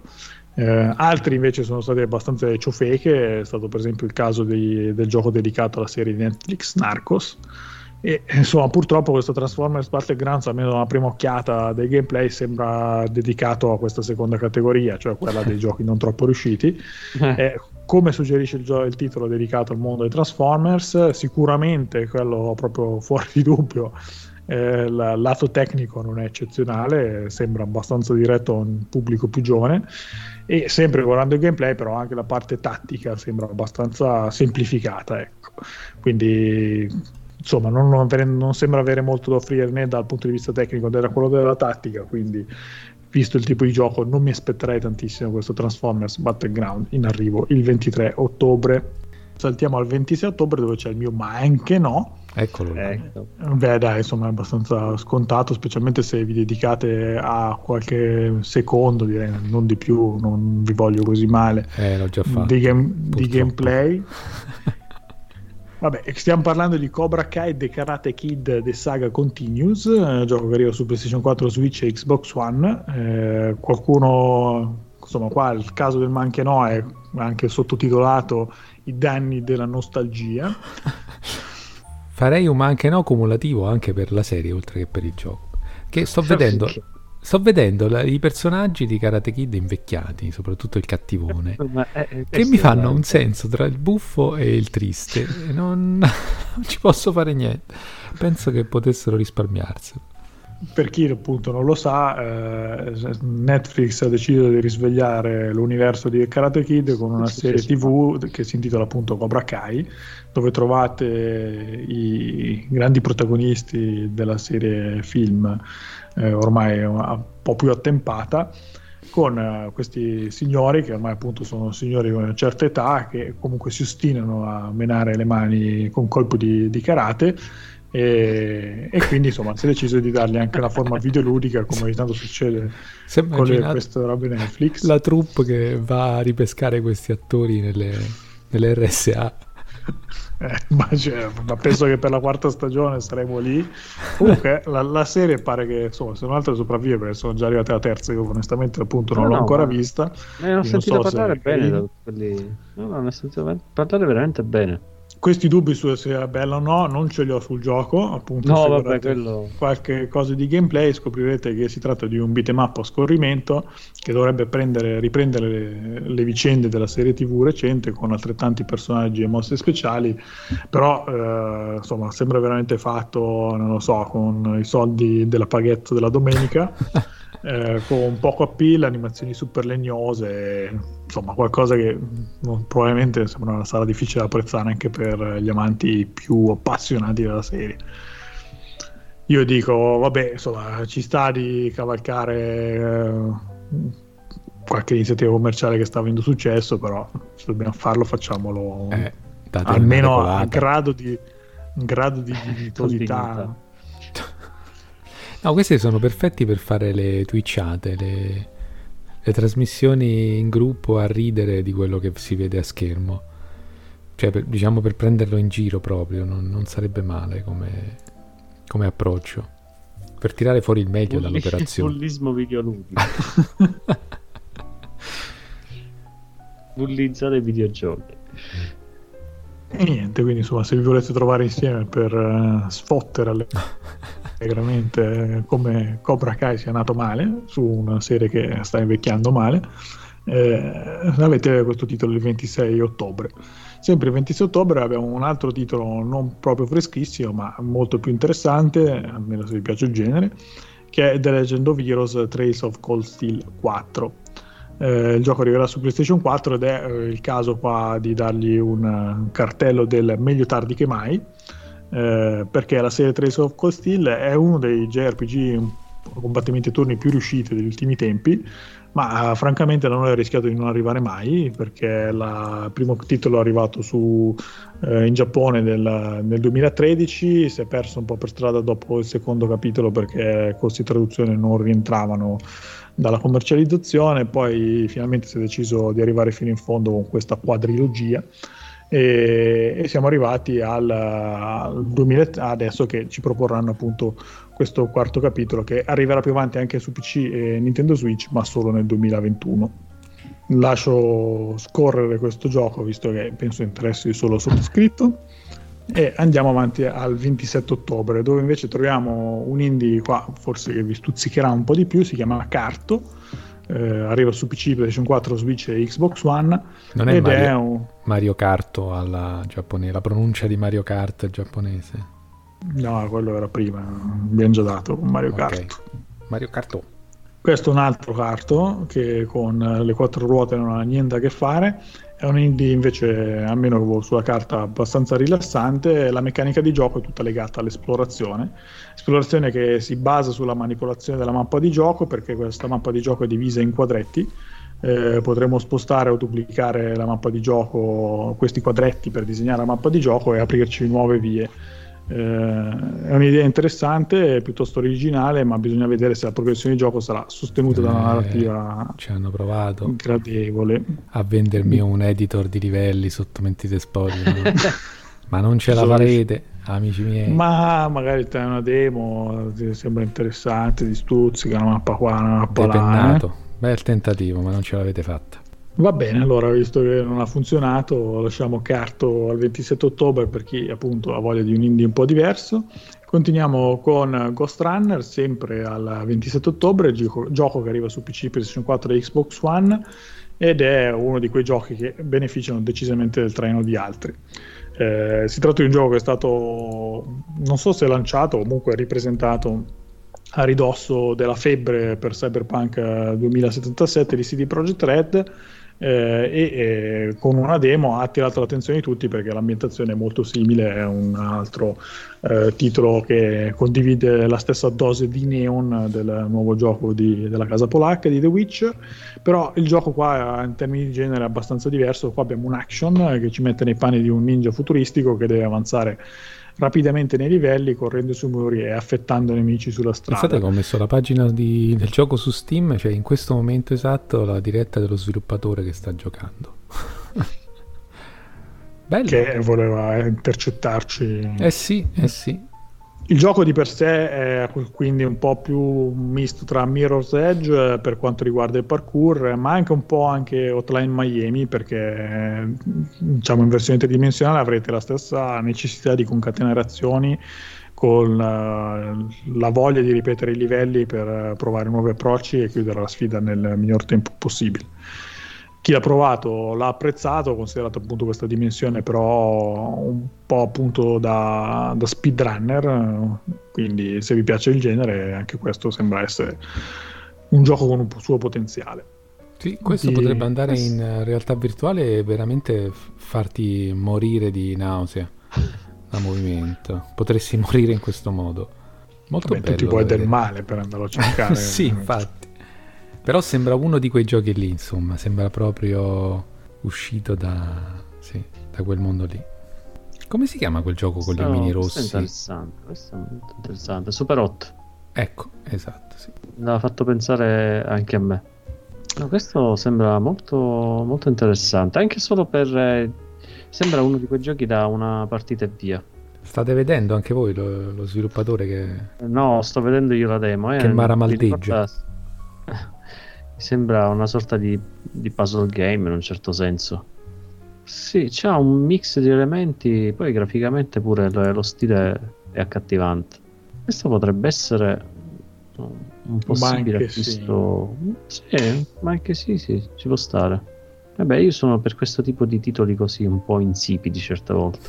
Altri invece sono stati abbastanza ciofeche, è stato per esempio il caso del gioco dedicato alla serie di Netflix Narcos. E insomma, purtroppo questo Transformers Battlegrounds, almeno una prima occhiata dei gameplay, sembra dedicato a questa seconda categoria, cioè quella dei giochi non troppo riusciti. Come suggerisce il titolo, dedicato al mondo dei Transformers, sicuramente quello proprio fuori di dubbio. Il lato tecnico non è eccezionale, sembra abbastanza diretto a un pubblico più giovane, e sempre guardando il gameplay però anche la parte tattica sembra abbastanza semplificata, ecco. Quindi insomma non sembra avere molto da offrire né dal punto di vista tecnico né da quello della tattica, quindi visto il tipo di gioco non mi aspetterei tantissimo questo Transformers Battleground, in arrivo il 23 ottobre. Saltiamo al 26 ottobre, dove c'è il mio ma anche no. Eccolo. Beh dai, insomma è abbastanza scontato, specialmente se vi dedicate a qualche secondo, direi, non di più, non vi voglio così male, l'ho già fatto, di gameplay. Vabbè, stiamo parlando di Cobra Kai The Karate Kid The Saga Continues, gioco che arriva su PlayStation 4, Switch e Xbox One. Qualcuno, insomma, qua il caso del Manche No è anche sottotitolato I danni della nostalgia. Farei un Manche No cumulativo anche per la serie, oltre che per il gioco, che sto vedendo i personaggi di Karate Kid invecchiati, soprattutto il cattivone, che mi fanno un senso tra il buffo e il triste, e non ci posso fare niente. Penso che potessero risparmiarselo. Per chi appunto non lo sa, Netflix ha deciso di risvegliare l'universo di Karate Kid con una serie TV che si intitola appunto Cobra Kai, dove trovate i grandi protagonisti della serie film, ormai un po' più attempata, con questi signori che ormai appunto sono signori di una certa età, che comunque si ostinano a menare le mani con colpo di karate, e quindi insomma si è deciso di dargli anche una forma videoludica, come ogni tanto succede con queste robe Netflix. La troupe che va a ripescare questi attori nelle RSA. Ma penso che per la quarta stagione saremo lì. Comunque la serie pare che insomma, se non altro sopravvive, perché sono già arrivate alla terza. Io onestamente appunto non l'ho ancora vista. Ne ho sentito parlare bene da quelli. No, ne ho sentito parlare veramente bene. Questi dubbi su se è bella o no non ce li ho sul gioco, appunto. No, vabbè, quello... qualche cosa di gameplay, scoprirete che si tratta di un beat'em up a scorrimento che dovrebbe riprendere le vicende della serie TV recente con altrettanti personaggi e mosse speciali, però insomma sembra veramente fatto, non lo so, con i soldi della paghetta della domenica. Con poco appeal, animazioni super legnose, insomma qualcosa che probabilmente sarà difficile da apprezzare anche per gli amanti più appassionati della serie. Io dico vabbè, insomma ci sta di cavalcare qualche iniziativa commerciale che sta avendo successo, però se dobbiamo farlo facciamolo almeno a grado di dignitosità. No, questi sono perfetti per fare le twitchate, le trasmissioni in gruppo a ridere di quello che si vede a schermo. Cioè, diciamo per prenderlo in giro proprio, non sarebbe male come approccio. Per tirare fuori il meglio dall'operazione. Bullismo videoludico. Bullizzare i videogiochi. E niente, quindi insomma se vi volete trovare insieme per sfottere veramente come Cobra Kai sia nato male su una serie che sta invecchiando male, avete questo titolo il 26 ottobre. Sempre il 26 ottobre abbiamo un altro titolo non proprio freschissimo ma molto più interessante, almeno se vi piace il genere, che è The Legend of Heroes Trails of Cold Steel 4. Il gioco arriverà su PlayStation 4 ed è il caso qua di dargli un cartello del meglio tardi che mai, perché la serie Trails of Cold Steel è uno dei JRPG combattimenti a turni più riusciti degli ultimi tempi, ma francamente non ho rischiato di non arrivare mai, perché il primo titolo è arrivato in Giappone nel 2013, si è perso un po' per strada dopo il secondo capitolo perché costi di traduzione non rientravano dalla commercializzazione, poi finalmente si è deciso di arrivare fino in fondo con questa quadrilogia e siamo arrivati al 2000 adesso, che ci proporranno appunto questo quarto capitolo che arriverà più avanti anche su PC e Nintendo Switch, ma solo nel 2021. Lascio scorrere questo gioco visto che penso interessi solo sottoscritto e andiamo avanti al 27 ottobre, dove invece troviamo un indie qua forse che vi stuzzicherà un po' di più, si chiama Carto, arriva su PC, PlayStation 4, Switch e Xbox One. Non è Mario Kart alla giapponese, la pronuncia di Mario Kart giapponese? No, quello era prima, abbiamo già dato con Mario Kart. Mario Kart. Questo è un altro carto che con le quattro ruote non ha niente a che fare. È un indie invece, almeno sulla carta, abbastanza rilassante. La meccanica di gioco è tutta legata all'esplorazione che si basa sulla manipolazione della mappa di gioco, perché questa mappa di gioco è divisa in quadretti. Potremo spostare o duplicare la mappa di gioco, questi quadretti, per disegnare la mappa di gioco e aprirci nuove vie. È un'idea interessante, piuttosto originale, ma bisogna vedere se la progressione di gioco sarà sostenuta da una narrativa. Ci hanno provato gradevole a vendermi un editor di livelli sotto mentite spoiler, ma non ce la farete, amici miei. Ma magari te una demo ti sembra interessante, di stuzzica, una mappa qua, una mappa là. Bel tentativo, ma non ce l'avete fatta. Va bene, allora, visto che non ha funzionato, lasciamo Carto al 27 ottobre per chi appunto ha voglia di un indie un po' diverso. Continuiamo con Ghost Runner, sempre al 27 ottobre, gioco che arriva su PC, PlayStation 4 e Xbox One, ed è uno di quei giochi che beneficiano decisamente del traino di altri. Si tratta di un gioco che è stato, non so se lanciato o comunque ripresentato a ridosso della febbre per Cyberpunk 2077 di CD Projekt Red, e con una demo ha attirato l'attenzione di tutti perché l'ambientazione è molto simile, è un altro titolo che condivide la stessa dose di neon del nuovo gioco della casa polacca di The Witcher, però il gioco qua in termini di genere è abbastanza diverso. Qua abbiamo un action che ci mette nei panni di un ninja futuristico che deve avanzare rapidamente nei livelli, correndo sui muri e affettando nemici sulla strada. Pensate che ho messo la pagina del gioco su Steam, cioè in questo momento esatto la diretta dello sviluppatore che sta giocando. Bello. Che voleva intercettarci. Sì. Il gioco di per sé è quindi un po' più misto tra Mirror's Edge per quanto riguarda il parkour, ma anche un po' anche Hotline Miami, perché diciamo in versione tridimensionale avrete la stessa necessità di concatenare azioni con la voglia di ripetere i livelli per provare nuovi approcci e chiudere la sfida nel miglior tempo possibile. Chi l'ha provato l'ha apprezzato, considerato appunto questa dimensione però un po' appunto da speedrunner, quindi se vi piace il genere anche questo sembra essere un gioco con un suo potenziale. Sì, questo potrebbe andare in realtà virtuale e veramente farti morire di nausea da movimento. Potresti morire in questo modo. Molto bello. Tu ti puoi del male per andarlo a cercare. Sì, infatti. Però sembra uno di quei giochi lì, insomma, sembra proprio uscito da quel mondo lì. Come si chiama quel gioco con gli omini rossi? Questo è molto interessante. Super 8. Ecco, esatto, sì. L'ha fatto pensare anche a me. No, questo sembra molto, molto interessante, anche solo per... sembra uno di quei giochi da una partita e via. State vedendo anche voi lo sviluppatore che... No, sto vedendo io la demo. Che maramaldeggia. Mi sembra una sorta di puzzle game in un certo senso. Sì, c'ha un mix di elementi, poi graficamente pure lo stile è accattivante. Questo potrebbe essere un possibile acquisto. Sì, ma anche sì, ci può stare. Vabbè, io sono per questo tipo di titoli così un po' insipidi certe volte.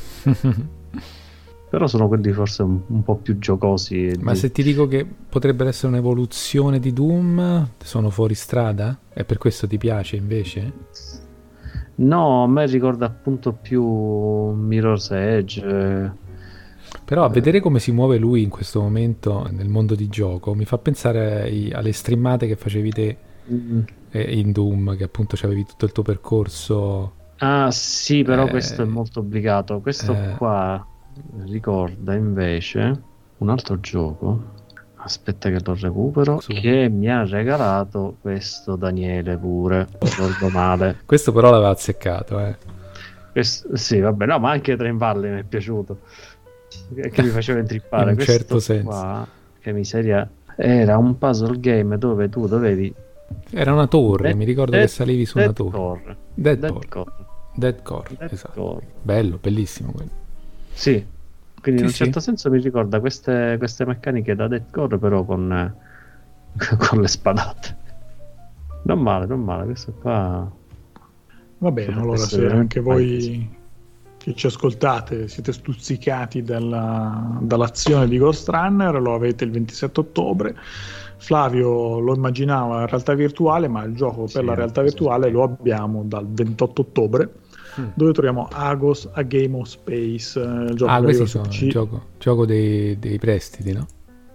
Però sono quelli forse un po' più giocosi. Ma se ti dico che potrebbero essere un'evoluzione di Doom, sono fuori strada? E per questo ti piace invece? No, a me ricorda appunto più Mirror's Edge. Però a vedere come si muove lui in questo momento nel mondo di gioco mi fa pensare alle streamate che facevi te in Doom, che appunto c'avevi tutto il tuo percorso. Ah sì, però questo è molto obbligato. Questo qua ricorda invece un altro gioco, aspetta che lo recupero, che mi ha regalato questo Daniele pure, ricordo male. Questo però l'aveva azzeccato, Questo, sì, vabbè, no, ma anche Train Valley mi è piaciuto, che mi faceva intrippare. In un questo certo senso qua, che miseria, era un puzzle game dove tu dovevi... Era una torre, mi ricordo che salivi su una torre. Dead Core, esatto. Bello, bellissimo quello. Sì, quindi in un certo senso mi ricorda queste meccaniche da Dead Core, però con le spadate. Non male, questo qua. Va bene, allora se anche voi che ci ascoltate siete stuzzicati dall'azione di Ghost Runner, lo avete il 27 ottobre. Flavio lo immaginava in realtà virtuale, ma il gioco per la realtà virtuale lo abbiamo dal 28 ottobre. Dove troviamo Agos, A Game of Space, il gioco questi sono il gioco dei prestiti, no?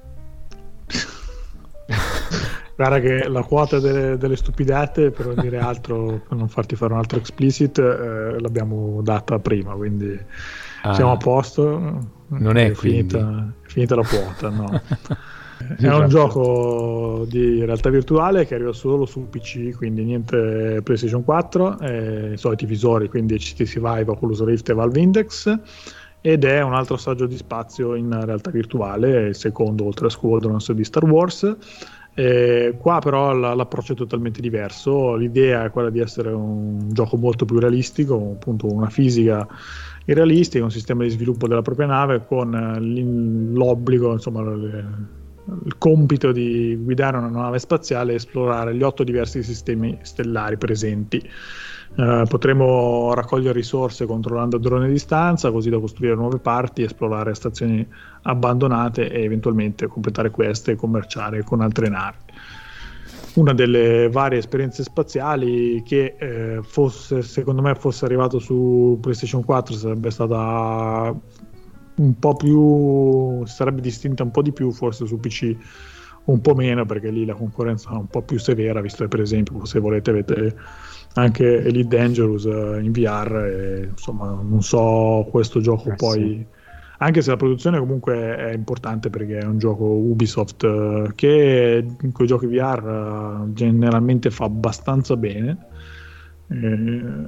Guarda che la quota delle stupidate, per non dire altro, per non farti fare un altro explicit, l'abbiamo data prima, quindi siamo a posto. Non è finita la quota, no. È un gioco di realtà virtuale che arriva solo su PC, quindi niente PlayStation 4, i soliti visori, quindi HTC Vive, Oculus Rift e Valve Index, ed è un altro assaggio di spazio in realtà virtuale, il secondo oltre a Squadrons di Star Wars. Qua però l'approccio è totalmente diverso. L'idea è quella di essere un gioco molto più realistico, appunto una fisica irrealistica, un sistema di sviluppo della propria nave con l'obbligo, insomma il compito di guidare una nave spaziale e esplorare gli 8 diversi sistemi stellari presenti. Potremo raccogliere risorse controllando droni a distanza, così da costruire nuove parti, esplorare stazioni abbandonate e eventualmente completare queste e commerciare con altre navi. Una delle varie esperienze spaziali che secondo me fosse arrivato su PlayStation 4 sarebbe stata un po' più, sarebbe distinta un po' di più, forse su PC un po' meno, perché lì la concorrenza è un po' più severa, visto che per esempio se volete avete anche Elite Dangerous in VR e, insomma non so questo gioco poi anche se la produzione comunque è importante perché è un gioco Ubisoft che con i giochi VR generalmente fa abbastanza bene, quindi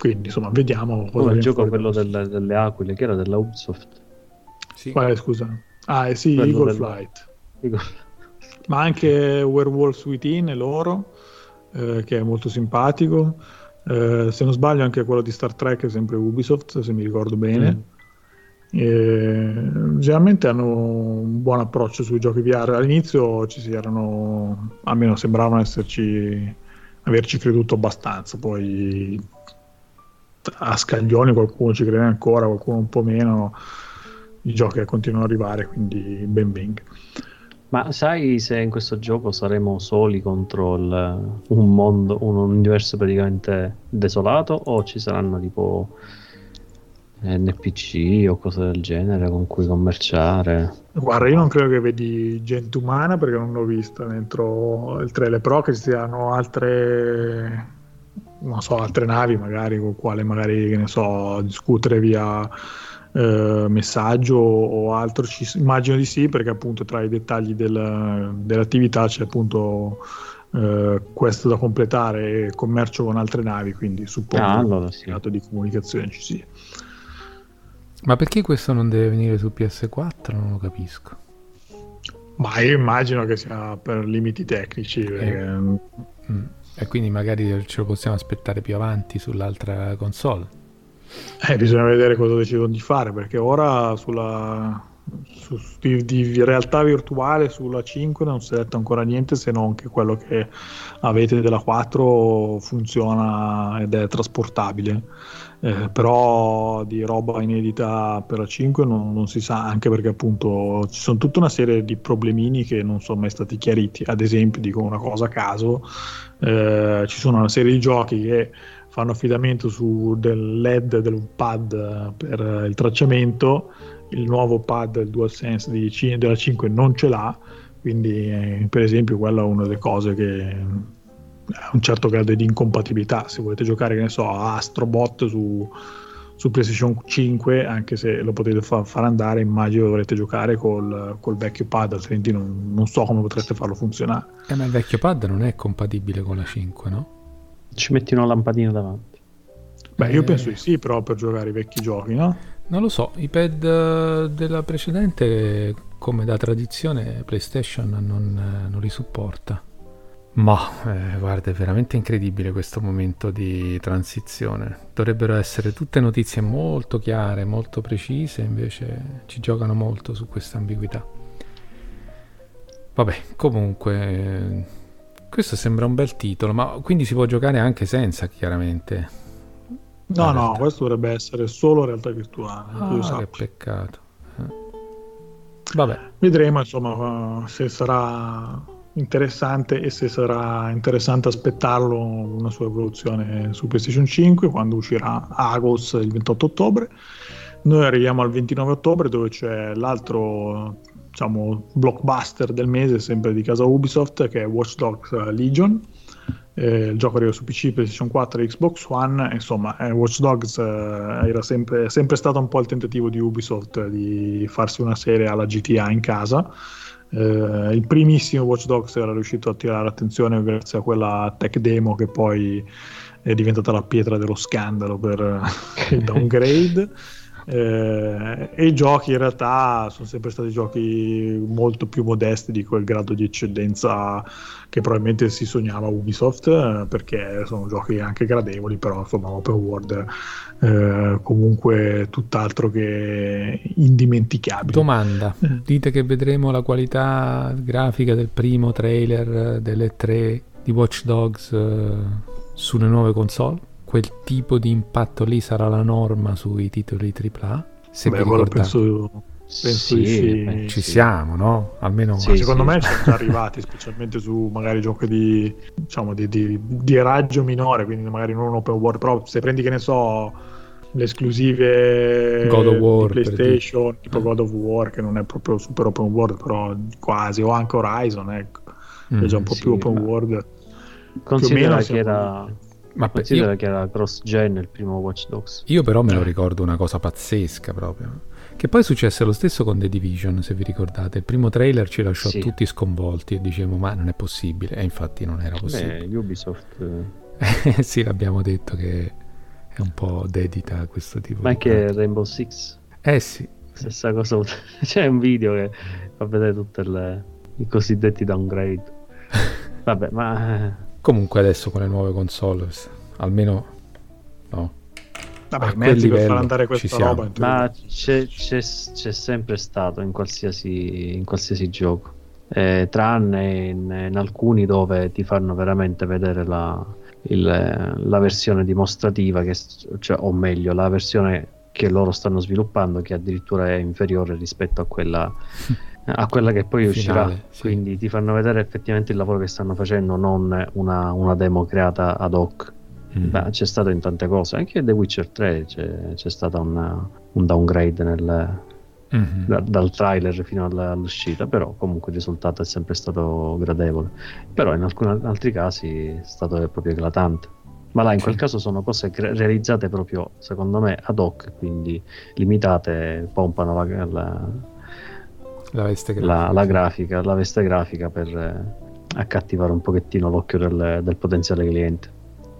Quindi insomma vediamo cosa il gioco quello delle aquile, che era della Ubisoft. Sì. Quale, scusa? Sì, quello Eagle Flight. Ma anche Werewolves Within è loro, che è molto simpatico. Se non sbaglio anche quello di Star Trek è sempre Ubisoft, se mi ricordo bene. Generalmente hanno un buon approccio sui giochi VR. All'inizio almeno sembravano averci creduto abbastanza, poi a scaglioni qualcuno ci crede ancora, qualcuno un po' meno. I giochi continuano ad arrivare, quindi ben venga. Ma sai se in questo gioco saremo soli contro un mondo, un universo praticamente desolato, o ci saranno tipo NPC o cose del genere con cui commerciare? Guarda, io non credo che vedi gente umana, perché non l'ho vista dentro il trailer, però che ci siano altre navi magari con quale magari, che ne so, discutere via messaggio o altro. Immagino di sì, perché appunto tra i dettagli dell'attività c'è appunto questo da completare e commercio con altre navi, quindi suppongo che il lato di comunicazione ci sia. Ma perché questo non deve venire su PS4? Non lo capisco. Ma io immagino che sia per limiti tecnici, perché... E quindi magari ce lo possiamo aspettare più avanti sull'altra console. Bisogna vedere cosa decidono di fare, perché ora di realtà virtuale sulla 5 non si è detto ancora niente, se non che quello che avete della 4 funziona ed è trasportabile. Però di roba inedita per la 5 non si sa, anche perché appunto ci sono tutta una serie di problemini che non sono mai stati chiariti. Ad esempio, dico una cosa a caso, ci sono una serie di giochi che fanno affidamento su del LED del pad per il tracciamento. Il nuovo pad, il DualSense della 5 non ce l'ha, quindi per esempio quella è una delle cose che ha un certo grado di incompatibilità. Se volete giocare, che ne so, a Astrobot su PlayStation 5, anche se lo potete far andare, immagino dovrete giocare col vecchio pad, altrimenti non so come potreste farlo funzionare. Ma il vecchio pad non è compatibile con la 5, no? Ci metti una lampadina davanti. Beh, io penso di sì, però per giocare i vecchi giochi, no? Non lo so, i pad della precedente, come da tradizione, PlayStation non li supporta. Ma guarda, è veramente incredibile questo momento di transizione. Dovrebbero essere tutte notizie molto chiare, molto precise, invece ci giocano molto su questa ambiguità. Vabbè, comunque, questo sembra un bel titolo, ma quindi si può giocare anche senza, chiaramente. No, questo dovrebbe essere solo realtà virtuale. Che peccato. Vabbè. Vedremo, insomma, se sarà interessante e se sarà interessante aspettarlo una sua evoluzione su PlayStation 5 quando uscirà Agos il 28 ottobre. Noi arriviamo al 29 ottobre, dove c'è l'altro, diciamo, blockbuster del mese, sempre di casa Ubisoft, che è Watch Dogs Legion. Il gioco arriva su PC, PlayStation 4 e Xbox One. Insomma, Watch Dogs era sempre stato un po' il tentativo di Ubisoft di farsi una serie alla GTA in casa. Il primissimo Watch Dogs era riuscito a attirare l'attenzione grazie a quella tech demo che poi è diventata la pietra dello scandalo per il downgrade. E i giochi in realtà sono sempre stati giochi molto più modesti di quel grado di eccellenza che probabilmente si sognava Ubisoft, perché sono giochi anche gradevoli, però insomma open world comunque tutt'altro che indimenticabile. Domanda: dite che vedremo la qualità grafica del primo trailer delle 3 di Watch Dogs sulle nuove console? Quel tipo di impatto lì sarà la norma sui titoli AAA? Se vi ricordate. Penso sì. Ci siamo, no? Almeno secondo me ci sono già arrivati, specialmente su magari giochi di raggio minore, quindi magari non un open world, però se prendi, che ne so, le esclusive God of War, di PlayStation, tipo God of War, che non è proprio super open world, però quasi, o anche Horizon, ecco, che è già un po' più open world. Considera che era... che era cross-gen il primo Watch Dogs. Io però me lo ricordo una cosa pazzesca proprio, che poi successe lo stesso con The Division, se vi ricordate. Il primo trailer ci lasciò tutti sconvolti e dicevamo ma non è possibile, e infatti non era possibile. Ubisoft sì, l'abbiamo detto che è un po' dedita a questo tipo Ma di anche pratica. Rainbow Six, Sì. stessa cosa. C'è un video che fa vedere tutte i cosiddetti downgrade. Vabbè, ma Comunque adesso con le nuove console, almeno no. Vabbè, A i quel mezzi per livello far andare ci questa siamo. roba in teoria. Ma c'è sempre stato in qualsiasi gioco, tranne in alcuni dove ti fanno veramente vedere la versione dimostrativa, cioè, o meglio, la versione che loro stanno sviluppando, che addirittura è inferiore rispetto a quella che poi uscirà. Finale, sì. Quindi ti fanno vedere effettivamente il lavoro che stanno facendo, non una demo creata ad hoc. Beh, c'è stato in tante cose, anche The Witcher 3 c'è stato un downgrade dal trailer fino all'uscita, però comunque il risultato è sempre stato gradevole. Però in alcuni altri casi è stato proprio eclatante. Ma là in quel caso sono cose realizzate proprio, secondo me, ad hoc, quindi limitate, pompano la veste grafica, la veste grafica per accattivare un pochettino l'occhio del potenziale cliente.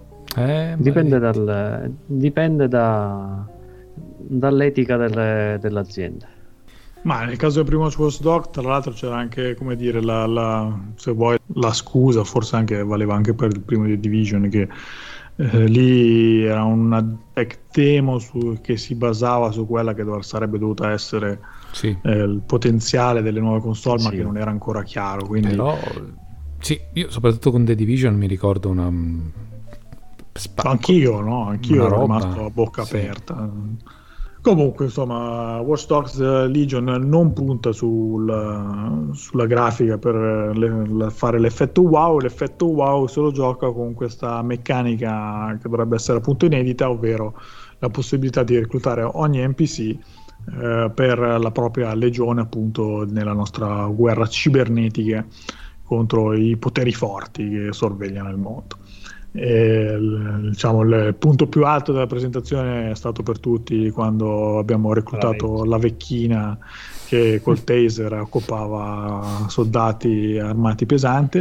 Dipende dall'etica dell'azienda. Ma nel caso del primo Watch Dogs, tra l'altro, c'era anche, come dire, se vuoi, la scusa, forse anche valeva anche per il primo di Division, che lì era una tech demo che si basava su quella che sarebbe dovuta essere il potenziale delle nuove console, ma che non era ancora chiaro. Quindi... Però, sì, io soprattutto con The Division mi ricordo una... Anch'io ero rimasto a bocca aperta. Comunque, insomma, Watch Dogs Legion non punta sulla grafica per fare l'effetto wow. L'effetto wow se lo gioca con questa meccanica che dovrebbe essere appunto inedita, ovvero la possibilità di reclutare ogni NPC per la propria legione, appunto nella nostra guerra cibernetica contro i poteri forti che sorvegliano il mondo. Diciamo, il punto più alto della presentazione è stato per tutti quando abbiamo reclutato la vecchina che col taser occupava soldati armati pesante,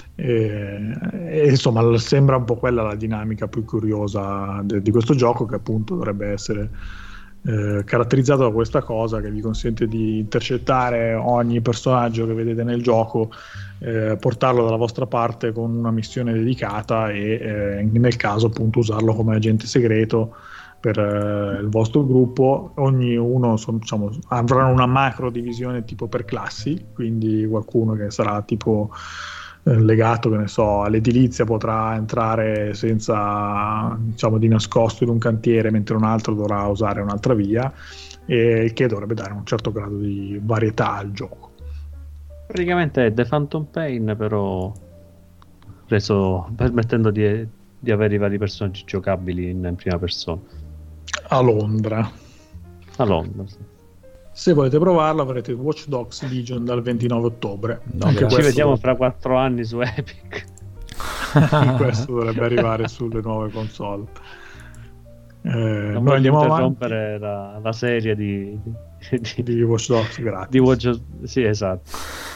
e insomma sembra un po' quella la dinamica più curiosa di questo gioco, che appunto dovrebbe essere caratterizzato da questa cosa che vi consente di intercettare ogni personaggio che vedete nel gioco, portarlo dalla vostra parte con una missione dedicata e nel caso appunto usarlo come agente segreto per il vostro gruppo. Ognuno diciamo, avranno una macro divisione tipo per classi, quindi qualcuno che sarà tipo legato, che ne so, all'edilizia potrà entrare senza, diciamo, di nascosto in un cantiere, mentre un altro dovrà usare un'altra via, e che dovrebbe dare un certo grado di varietà al gioco. Praticamente è The Phantom Pain, però permettendo di avere i vari personaggi giocabili in prima persona. A Londra, Sì. Se volete provarlo avrete Watch Dogs Legion dal 29 ottobre. Anche ci vediamo fra 4 anni su Epic. Questo dovrebbe arrivare sulle nuove console. Non noi andiamo voglio avanti. interrompere la serie di Watch Dogs gratis. Di Watch, sì, esatto.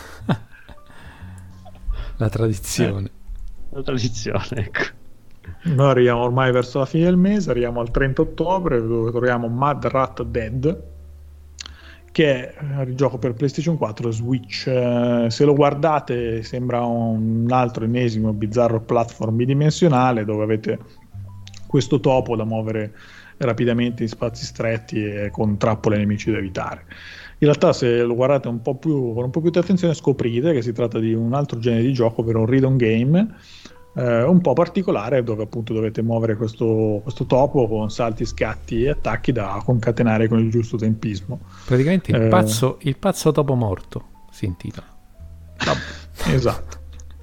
La tradizione. La tradizione, ecco. Noi arriviamo ormai verso la fine del mese, arriviamo al 30 ottobre, dove troviamo Mad Rat Dead, che è il gioco per PlayStation 4 e Switch. Se lo guardate sembra un altro ennesimo bizzarro platform bidimensionale dove avete questo topo da muovere rapidamente in spazi stretti e con trappole nemici da evitare. In realtà, se lo guardate con un po' più di attenzione, scoprite che si tratta di un altro genere di gioco, ovvero un read-on game un po' particolare, dove appunto dovete muovere questo topo con salti, scatti e attacchi da concatenare con il giusto tempismo. Praticamente il pazzo topo morto si intitola. Esatto.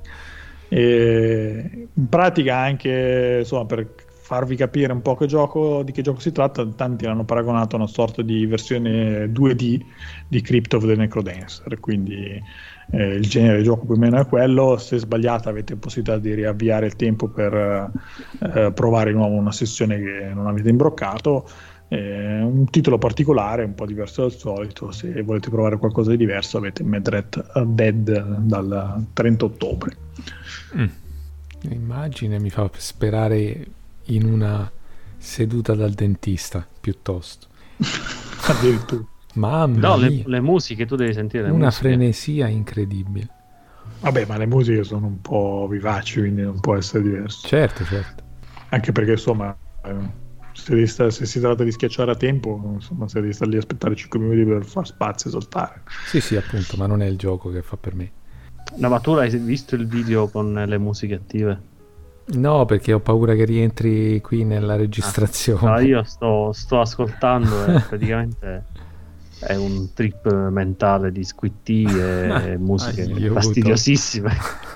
E in pratica, anche insomma, per farvi capire un po' di che gioco si tratta, tanti l'hanno paragonato a una sorta di versione 2D di Crypt of the Necrodancer, quindi il genere di gioco più o meno è quello. Se sbagliate avete possibilità di riavviare il tempo per provare di nuovo una sessione che non avete imbroccato. Un titolo particolare, un po' diverso dal solito. Se volete provare qualcosa di diverso avete Mad Rat Dead dal 30 ottobre. L'immagine mi fa sperare in una seduta dal dentista, piuttosto. Addirittura. Mamma mia. Le musiche, tu devi sentire una frenesia incredibile. Vabbè, ma le musiche sono un po' vivaci, quindi non può essere diverso. Certo. Anche perché, insomma, se si tratta di schiacciare a tempo, insomma, se devi stare lì a aspettare 5 minuti per far spazio e saltare. Sì, appunto, ma non è il gioco che fa per me. No, ma tu hai visto il video con le musiche attive? No, perché ho paura che rientri qui nella registrazione. No, io sto ascoltando e praticamente è un trip mentale di squittie e musiche fastidiosissime.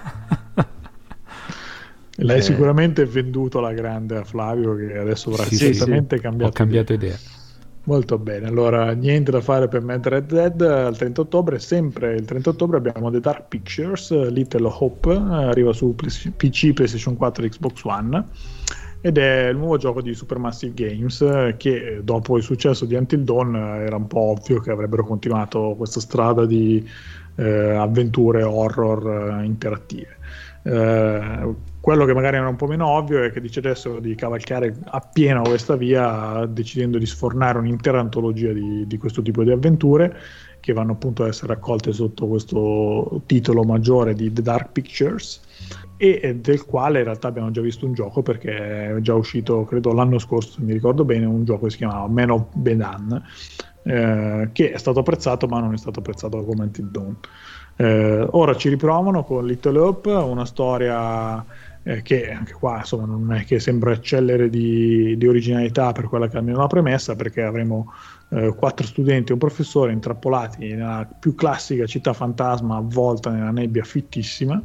L'hai sicuramente venduto alla grande a Flavio, che adesso avrà certamente cambiato idea. Molto bene, allora niente da fare per Mad Red Dead. Al 30 ottobre, sempre il 30 ottobre, abbiamo The Dark Pictures, Little Hope, arriva su PC, PlayStation 4 e Xbox One, ed è il nuovo gioco di Supermassive Games, che dopo il successo di Until Dawn era un po' ovvio che avrebbero continuato questa strada di avventure horror interattive. Quello che magari era un po' meno ovvio è che decidessero di cavalcare appieno questa via, decidendo di sfornare un'intera antologia di questo tipo di avventure, che vanno appunto ad essere raccolte sotto questo titolo maggiore di The Dark Pictures, e del quale in realtà abbiamo già visto un gioco, perché è già uscito, credo l'anno scorso, se mi ricordo bene, un gioco che si chiamava Man of Medan, che è stato apprezzato, ma non è stato apprezzato come Until Dawn. Ora ci riprovano con Little Hope, una storia che anche qua insomma non è che sembra eccellere di originalità per quella che è almeno la premessa, perché avremo 4 studenti e un professore intrappolati nella più classica città fantasma avvolta nella nebbia fittissima.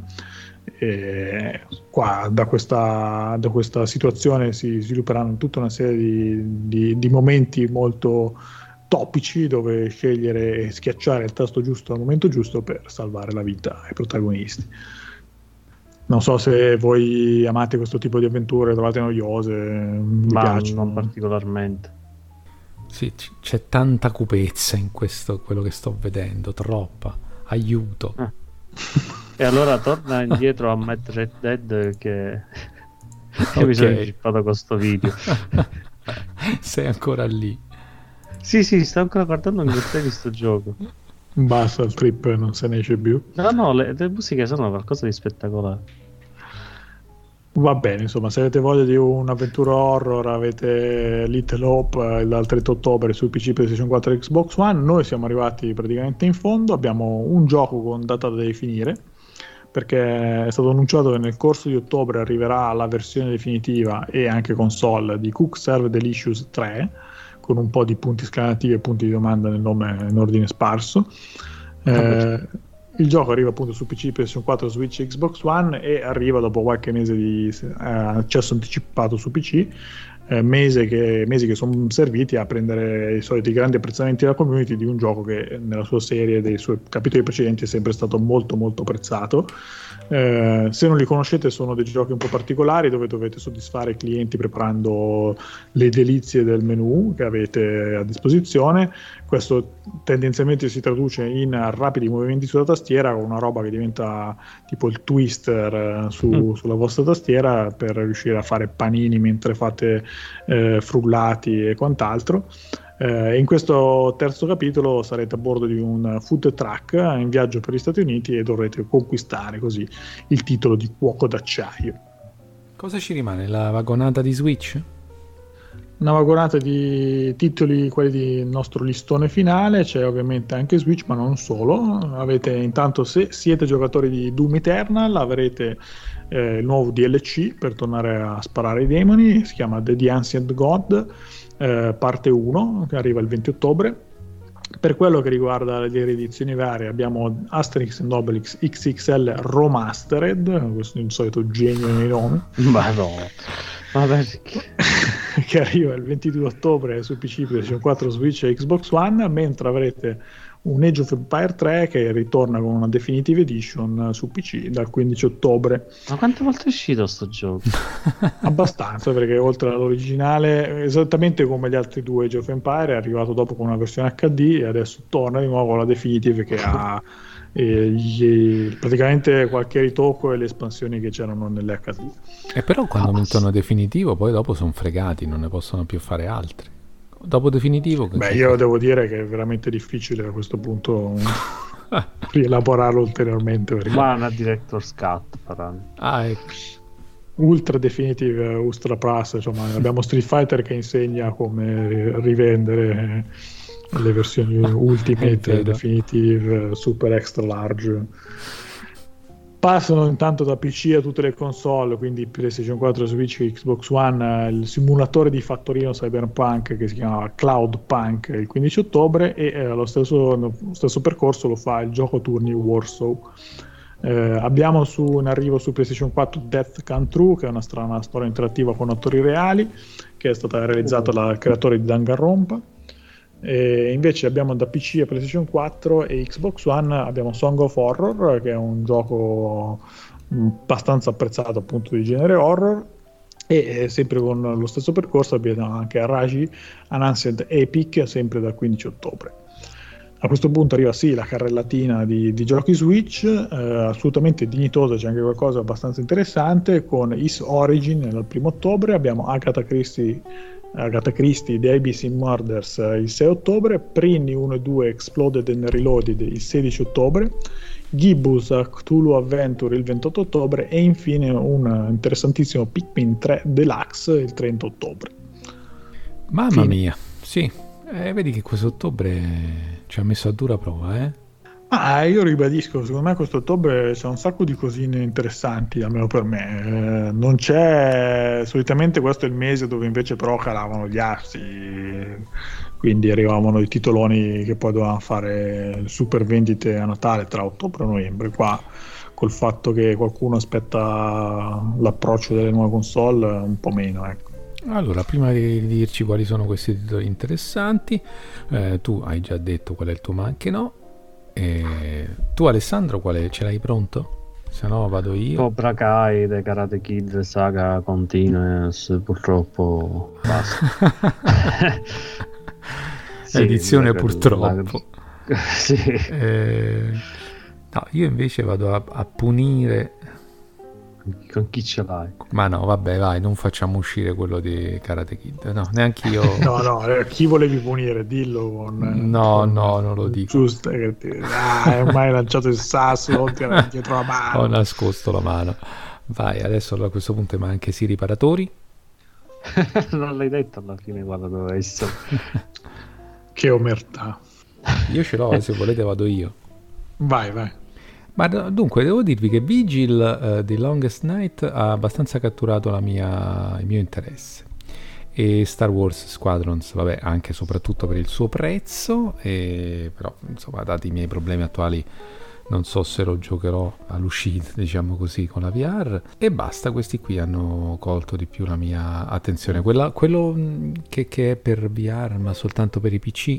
Qua da questa situazione si svilupperanno tutta una serie di momenti molto topici, dove scegliere e schiacciare il tasto giusto al momento giusto per salvare la vita ai protagonisti. Non so se voi amate questo tipo di avventure, trovate noiose, vi piacciono? Non particolarmente. Sì, c'è tanta cupezza in questo, quello che sto vedendo, troppa. Aiuto. E allora torna indietro a Mad Red Dead, che io mi sono intrippato con sto video. Sei ancora lì? Sì, sto ancora guardando in gameplay di sto gioco. Basta il trip, non se ne esce più. No, le musiche sono qualcosa di spettacolare. Va bene, insomma, se avete voglia di un'avventura horror, avete Little Hope dal 30 ottobre su PC, PlayStation 4 e Xbox One. Noi siamo arrivati praticamente in fondo, abbiamo un gioco con data da definire, perché è stato annunciato che nel corso di ottobre arriverà la versione definitiva e anche console di Cook Serve Delicious 3, con un po' di punti esclamativi e punti di domanda nel nome in ordine sparso. Il gioco arriva appunto su PC, PlayStation 4, Switch e Xbox One, e arriva dopo qualche mese di accesso anticipato su PC, mesi che sono serviti a prendere i soliti grandi apprezzamenti della community di un gioco che nella sua serie dei suoi capitoli precedenti è sempre stato molto molto apprezzato. Se non li conoscete, sono dei giochi un po' particolari, dove dovete soddisfare i clienti preparando le delizie del menu che avete a disposizione. Questo tendenzialmente si traduce in rapidi movimenti sulla tastiera, con una roba che diventa tipo il twister sulla vostra tastiera, per riuscire a fare panini mentre fate frullati e quant'altro. In questo terzo capitolo sarete a bordo di un food truck in viaggio per gli Stati Uniti e dovrete conquistare così il titolo di cuoco d'acciaio. Cosa ci rimane? La vagonata di Switch? Una vagonata di titoli, quelli del nostro listone finale. C'è ovviamente anche Switch, ma non solo. Avete intanto, se siete giocatori di Doom Eternal, avrete il nuovo DLC per tornare a sparare i demoni. Si chiama The Ancient God, parte 1, che arriva il 20 ottobre. Per quello che riguarda le riedizioni varie, abbiamo Asterix and Obelix XXL Remastered, questo è il solito genio nei nomi. Ma no, che arriva il 22 ottobre su PC, PlayStation 4, Switch e Xbox One, mentre avrete un Age of Empire 3 che ritorna con una Definitive Edition su PC dal 15 ottobre. Ma quante volte è uscito sto gioco? Abbastanza, perché oltre all'originale, esattamente come gli altri due Age of Empire, è arrivato dopo con una versione HD e adesso torna di nuovo la Definitive che ha praticamente qualche ritocco e le espansioni che c'erano nell'HD. E però quando mettono definitivo poi dopo sono fregati, non ne possono più fare altri. Dopo definitivo... Io devo dire che è veramente difficile a questo punto rielaborarlo ulteriormente. Ma una Director's Cut faranno. Ecco. Ultra Definitive, Ultra Plus, insomma abbiamo Street Fighter che insegna come rivendere le versioni Ultimate, Definitive, Super Extra Large. Passano intanto da PC a tutte le console, quindi PlayStation 4, Switch, Xbox One, il simulatore di fattorino Cyberpunk che si chiama Cloudpunk il 15 ottobre e lo stesso percorso lo fa il gioco turni Warsaw. Abbiamo in arrivo su PlayStation 4 Death Come True, che è una strana storia interattiva con attori reali, che è stata realizzata dal creatore di Danganronpa. E invece abbiamo da PC a PlayStation 4 e Xbox One abbiamo Song of Horror, che è un gioco abbastanza apprezzato appunto di genere horror, e sempre con lo stesso percorso abbiamo anche Arashi An Ancient Epic, sempre dal 15 ottobre. A questo punto arriva la carrellatina di giochi Switch, assolutamente dignitosa, c'è anche qualcosa abbastanza interessante con Is Origin dal 1 ottobre, abbiamo Agatha Christie The ABC Murders il 6 ottobre, Prinny 1 e 2 Exploded and Reloaded il 16 ottobre, Gibbous Cthulhu Adventure il 28 ottobre e infine un interessantissimo Pikmin 3 Deluxe il 30 ottobre. Mamma mia, sì, vedi che questo ottobre ci ha messo a dura prova, io ribadisco, secondo me questo ottobre c'è un sacco di cosine interessanti, almeno per me. Non c'è, solitamente questo è il mese dove invece però calavano gli assi, quindi arrivavano i titoloni che poi dovevano fare super vendite a Natale tra ottobre e novembre. Qua col fatto che qualcuno aspetta l'approccio delle nuove console un po' meno, ecco. Allora, prima di dirci quali sono questi titoli interessanti, tu hai già detto qual è il tuo ma anche no. Tu Alessandro quale ce l'hai pronto? Se no vado io. Cobra Kai, The Karate Kid, Saga Continuous, purtroppo basta. Sì, edizione purtroppo. Sì. No, io invece vado a punire. Con chi ce l'hai? Ma no, vabbè, vai, non facciamo uscire quello di Karate Kid. No, neanche io. No, chi volevi punire? Dillo con... No, non lo dico. Giusto, hai ormai lanciato il sasso, non ti era dietro la mano. Ho nascosto la mano. Vai, adesso a questo punto ma anche sì riparatori. Non l'hai detto alla fine quando doveva essere. Che omertà. Io ce l'ho, se volete vado io. Vai. Ma dunque, devo dirvi che Vigil di Longest Night ha abbastanza catturato il mio interesse. E Star Wars Squadrons, vabbè, anche e soprattutto per il suo prezzo, però insomma, dati i miei problemi attuali, non so se lo giocherò all'uscita, diciamo così, con la VR. E basta, questi qui hanno colto di più la mia attenzione. Quello che è per VR, ma soltanto per i PC.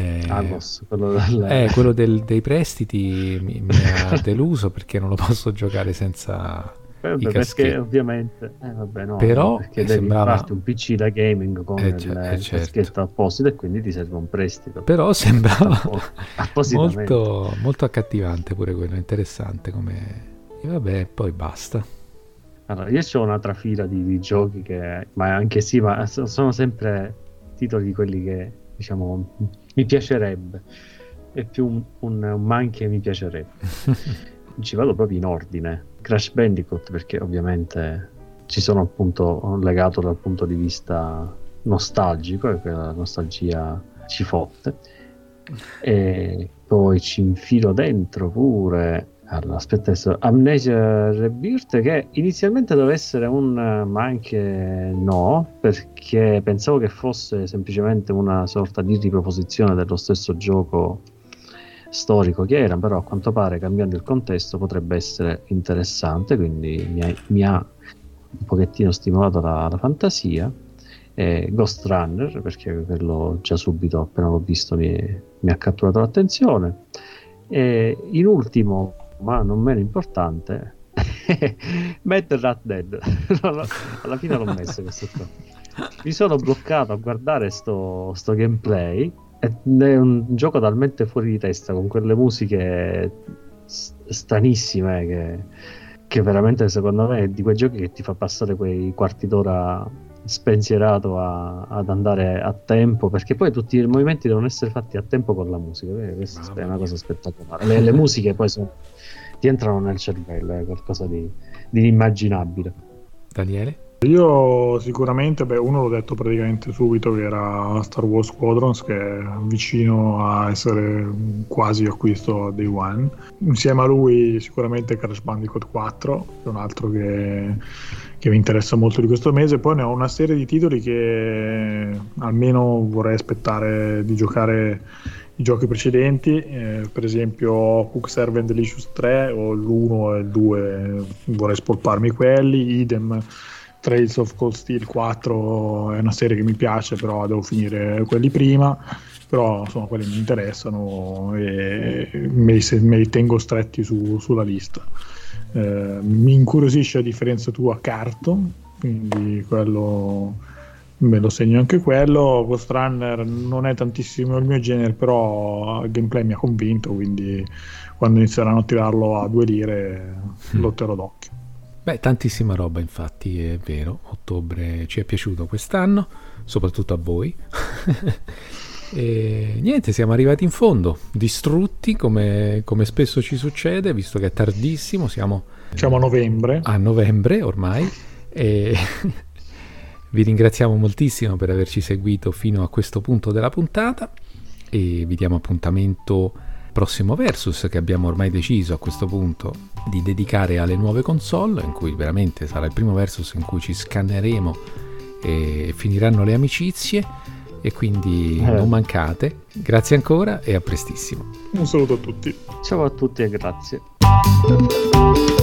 Quello dei prestiti mi ha deluso perché non lo posso giocare senza i perché ovviamente no, però perché devi farti un PC da gaming con il caschetto apposito e quindi ti serve un prestito, però sembrava molto, molto accattivante pure quello, interessante come. E vabbè, poi basta. Allora, io c'ho un'altra fila di giochi che ma sono sempre titoli di quelli che diciamo mi piacerebbe, è più un man che mi piacerebbe. Ci vado proprio in ordine. Crash Bandicoot, perché ovviamente ci sono appunto legato dal punto di vista nostalgico e quella nostalgia ci fotte, e poi ci infilo dentro pure. Allora, aspetta adesso, Amnesia Rebirth, che inizialmente doveva essere ma anche no, perché pensavo che fosse semplicemente una sorta di riproposizione dello stesso gioco storico che era, però a quanto pare cambiando il contesto potrebbe essere interessante, quindi mi ha un pochettino stimolato la fantasia. Ghost Runner, perché quello già subito appena l'ho visto mi ha catturato l'attenzione, e in ultimo ma non meno importante Mad Rat Dead. Alla fine l'ho messo questo qua. Mi sono bloccato a guardare sto gameplay, ed è un gioco talmente fuori di testa, con quelle musiche stranissime che veramente secondo me è di quei giochi che ti fa passare quei quarti d'ora spensierato ad andare a tempo, perché poi tutti i movimenti devono essere fatti a tempo con la musica. Questa è una cosa spettacolare. Le musiche poi ti entrano nel cervello, è qualcosa di inimmaginabile. Daniele? Io sicuramente, uno l'ho detto praticamente subito, che era Star Wars Squadrons, che è vicino a essere quasi acquisto Day One. Insieme a lui sicuramente Crash Bandicoot 4, che è un altro che mi interessa molto di questo mese. Poi ne ho una serie di titoli che almeno vorrei aspettare di giocare i giochi precedenti, per esempio Hook Serve Delicious 3 o l'1 e il 2 vorrei spolparmi quelli, idem Trails of Cold Steel 4 è una serie che mi piace, però devo finire quelli prima, però insomma quelli mi interessano e me li tengo stretti sulla lista. Mi incuriosisce, a differenza tua, Carton, quindi quello me lo segno anche quello. Ghost Runner non è tantissimo il mio genere, però il gameplay mi ha convinto, quindi quando inizieranno a tirarlo a 2 lire lo terrò d'occhio. Beh, tantissima roba, infatti, è vero. Ottobre ci è piaciuto quest'anno, soprattutto a voi. E niente, siamo arrivati in fondo, distrutti come spesso ci succede, visto che è tardissimo, siamo a novembre. A novembre ormai. E vi ringraziamo moltissimo per averci seguito fino a questo punto della puntata e vi diamo appuntamento prossimo Versus, che abbiamo ormai deciso a questo punto di dedicare alle nuove console, in cui veramente sarà il primo Versus in cui ci scanneremo e finiranno le amicizie, e quindi non mancate. Grazie ancora e a prestissimo. Un saluto a tutti. Ciao a tutti e grazie.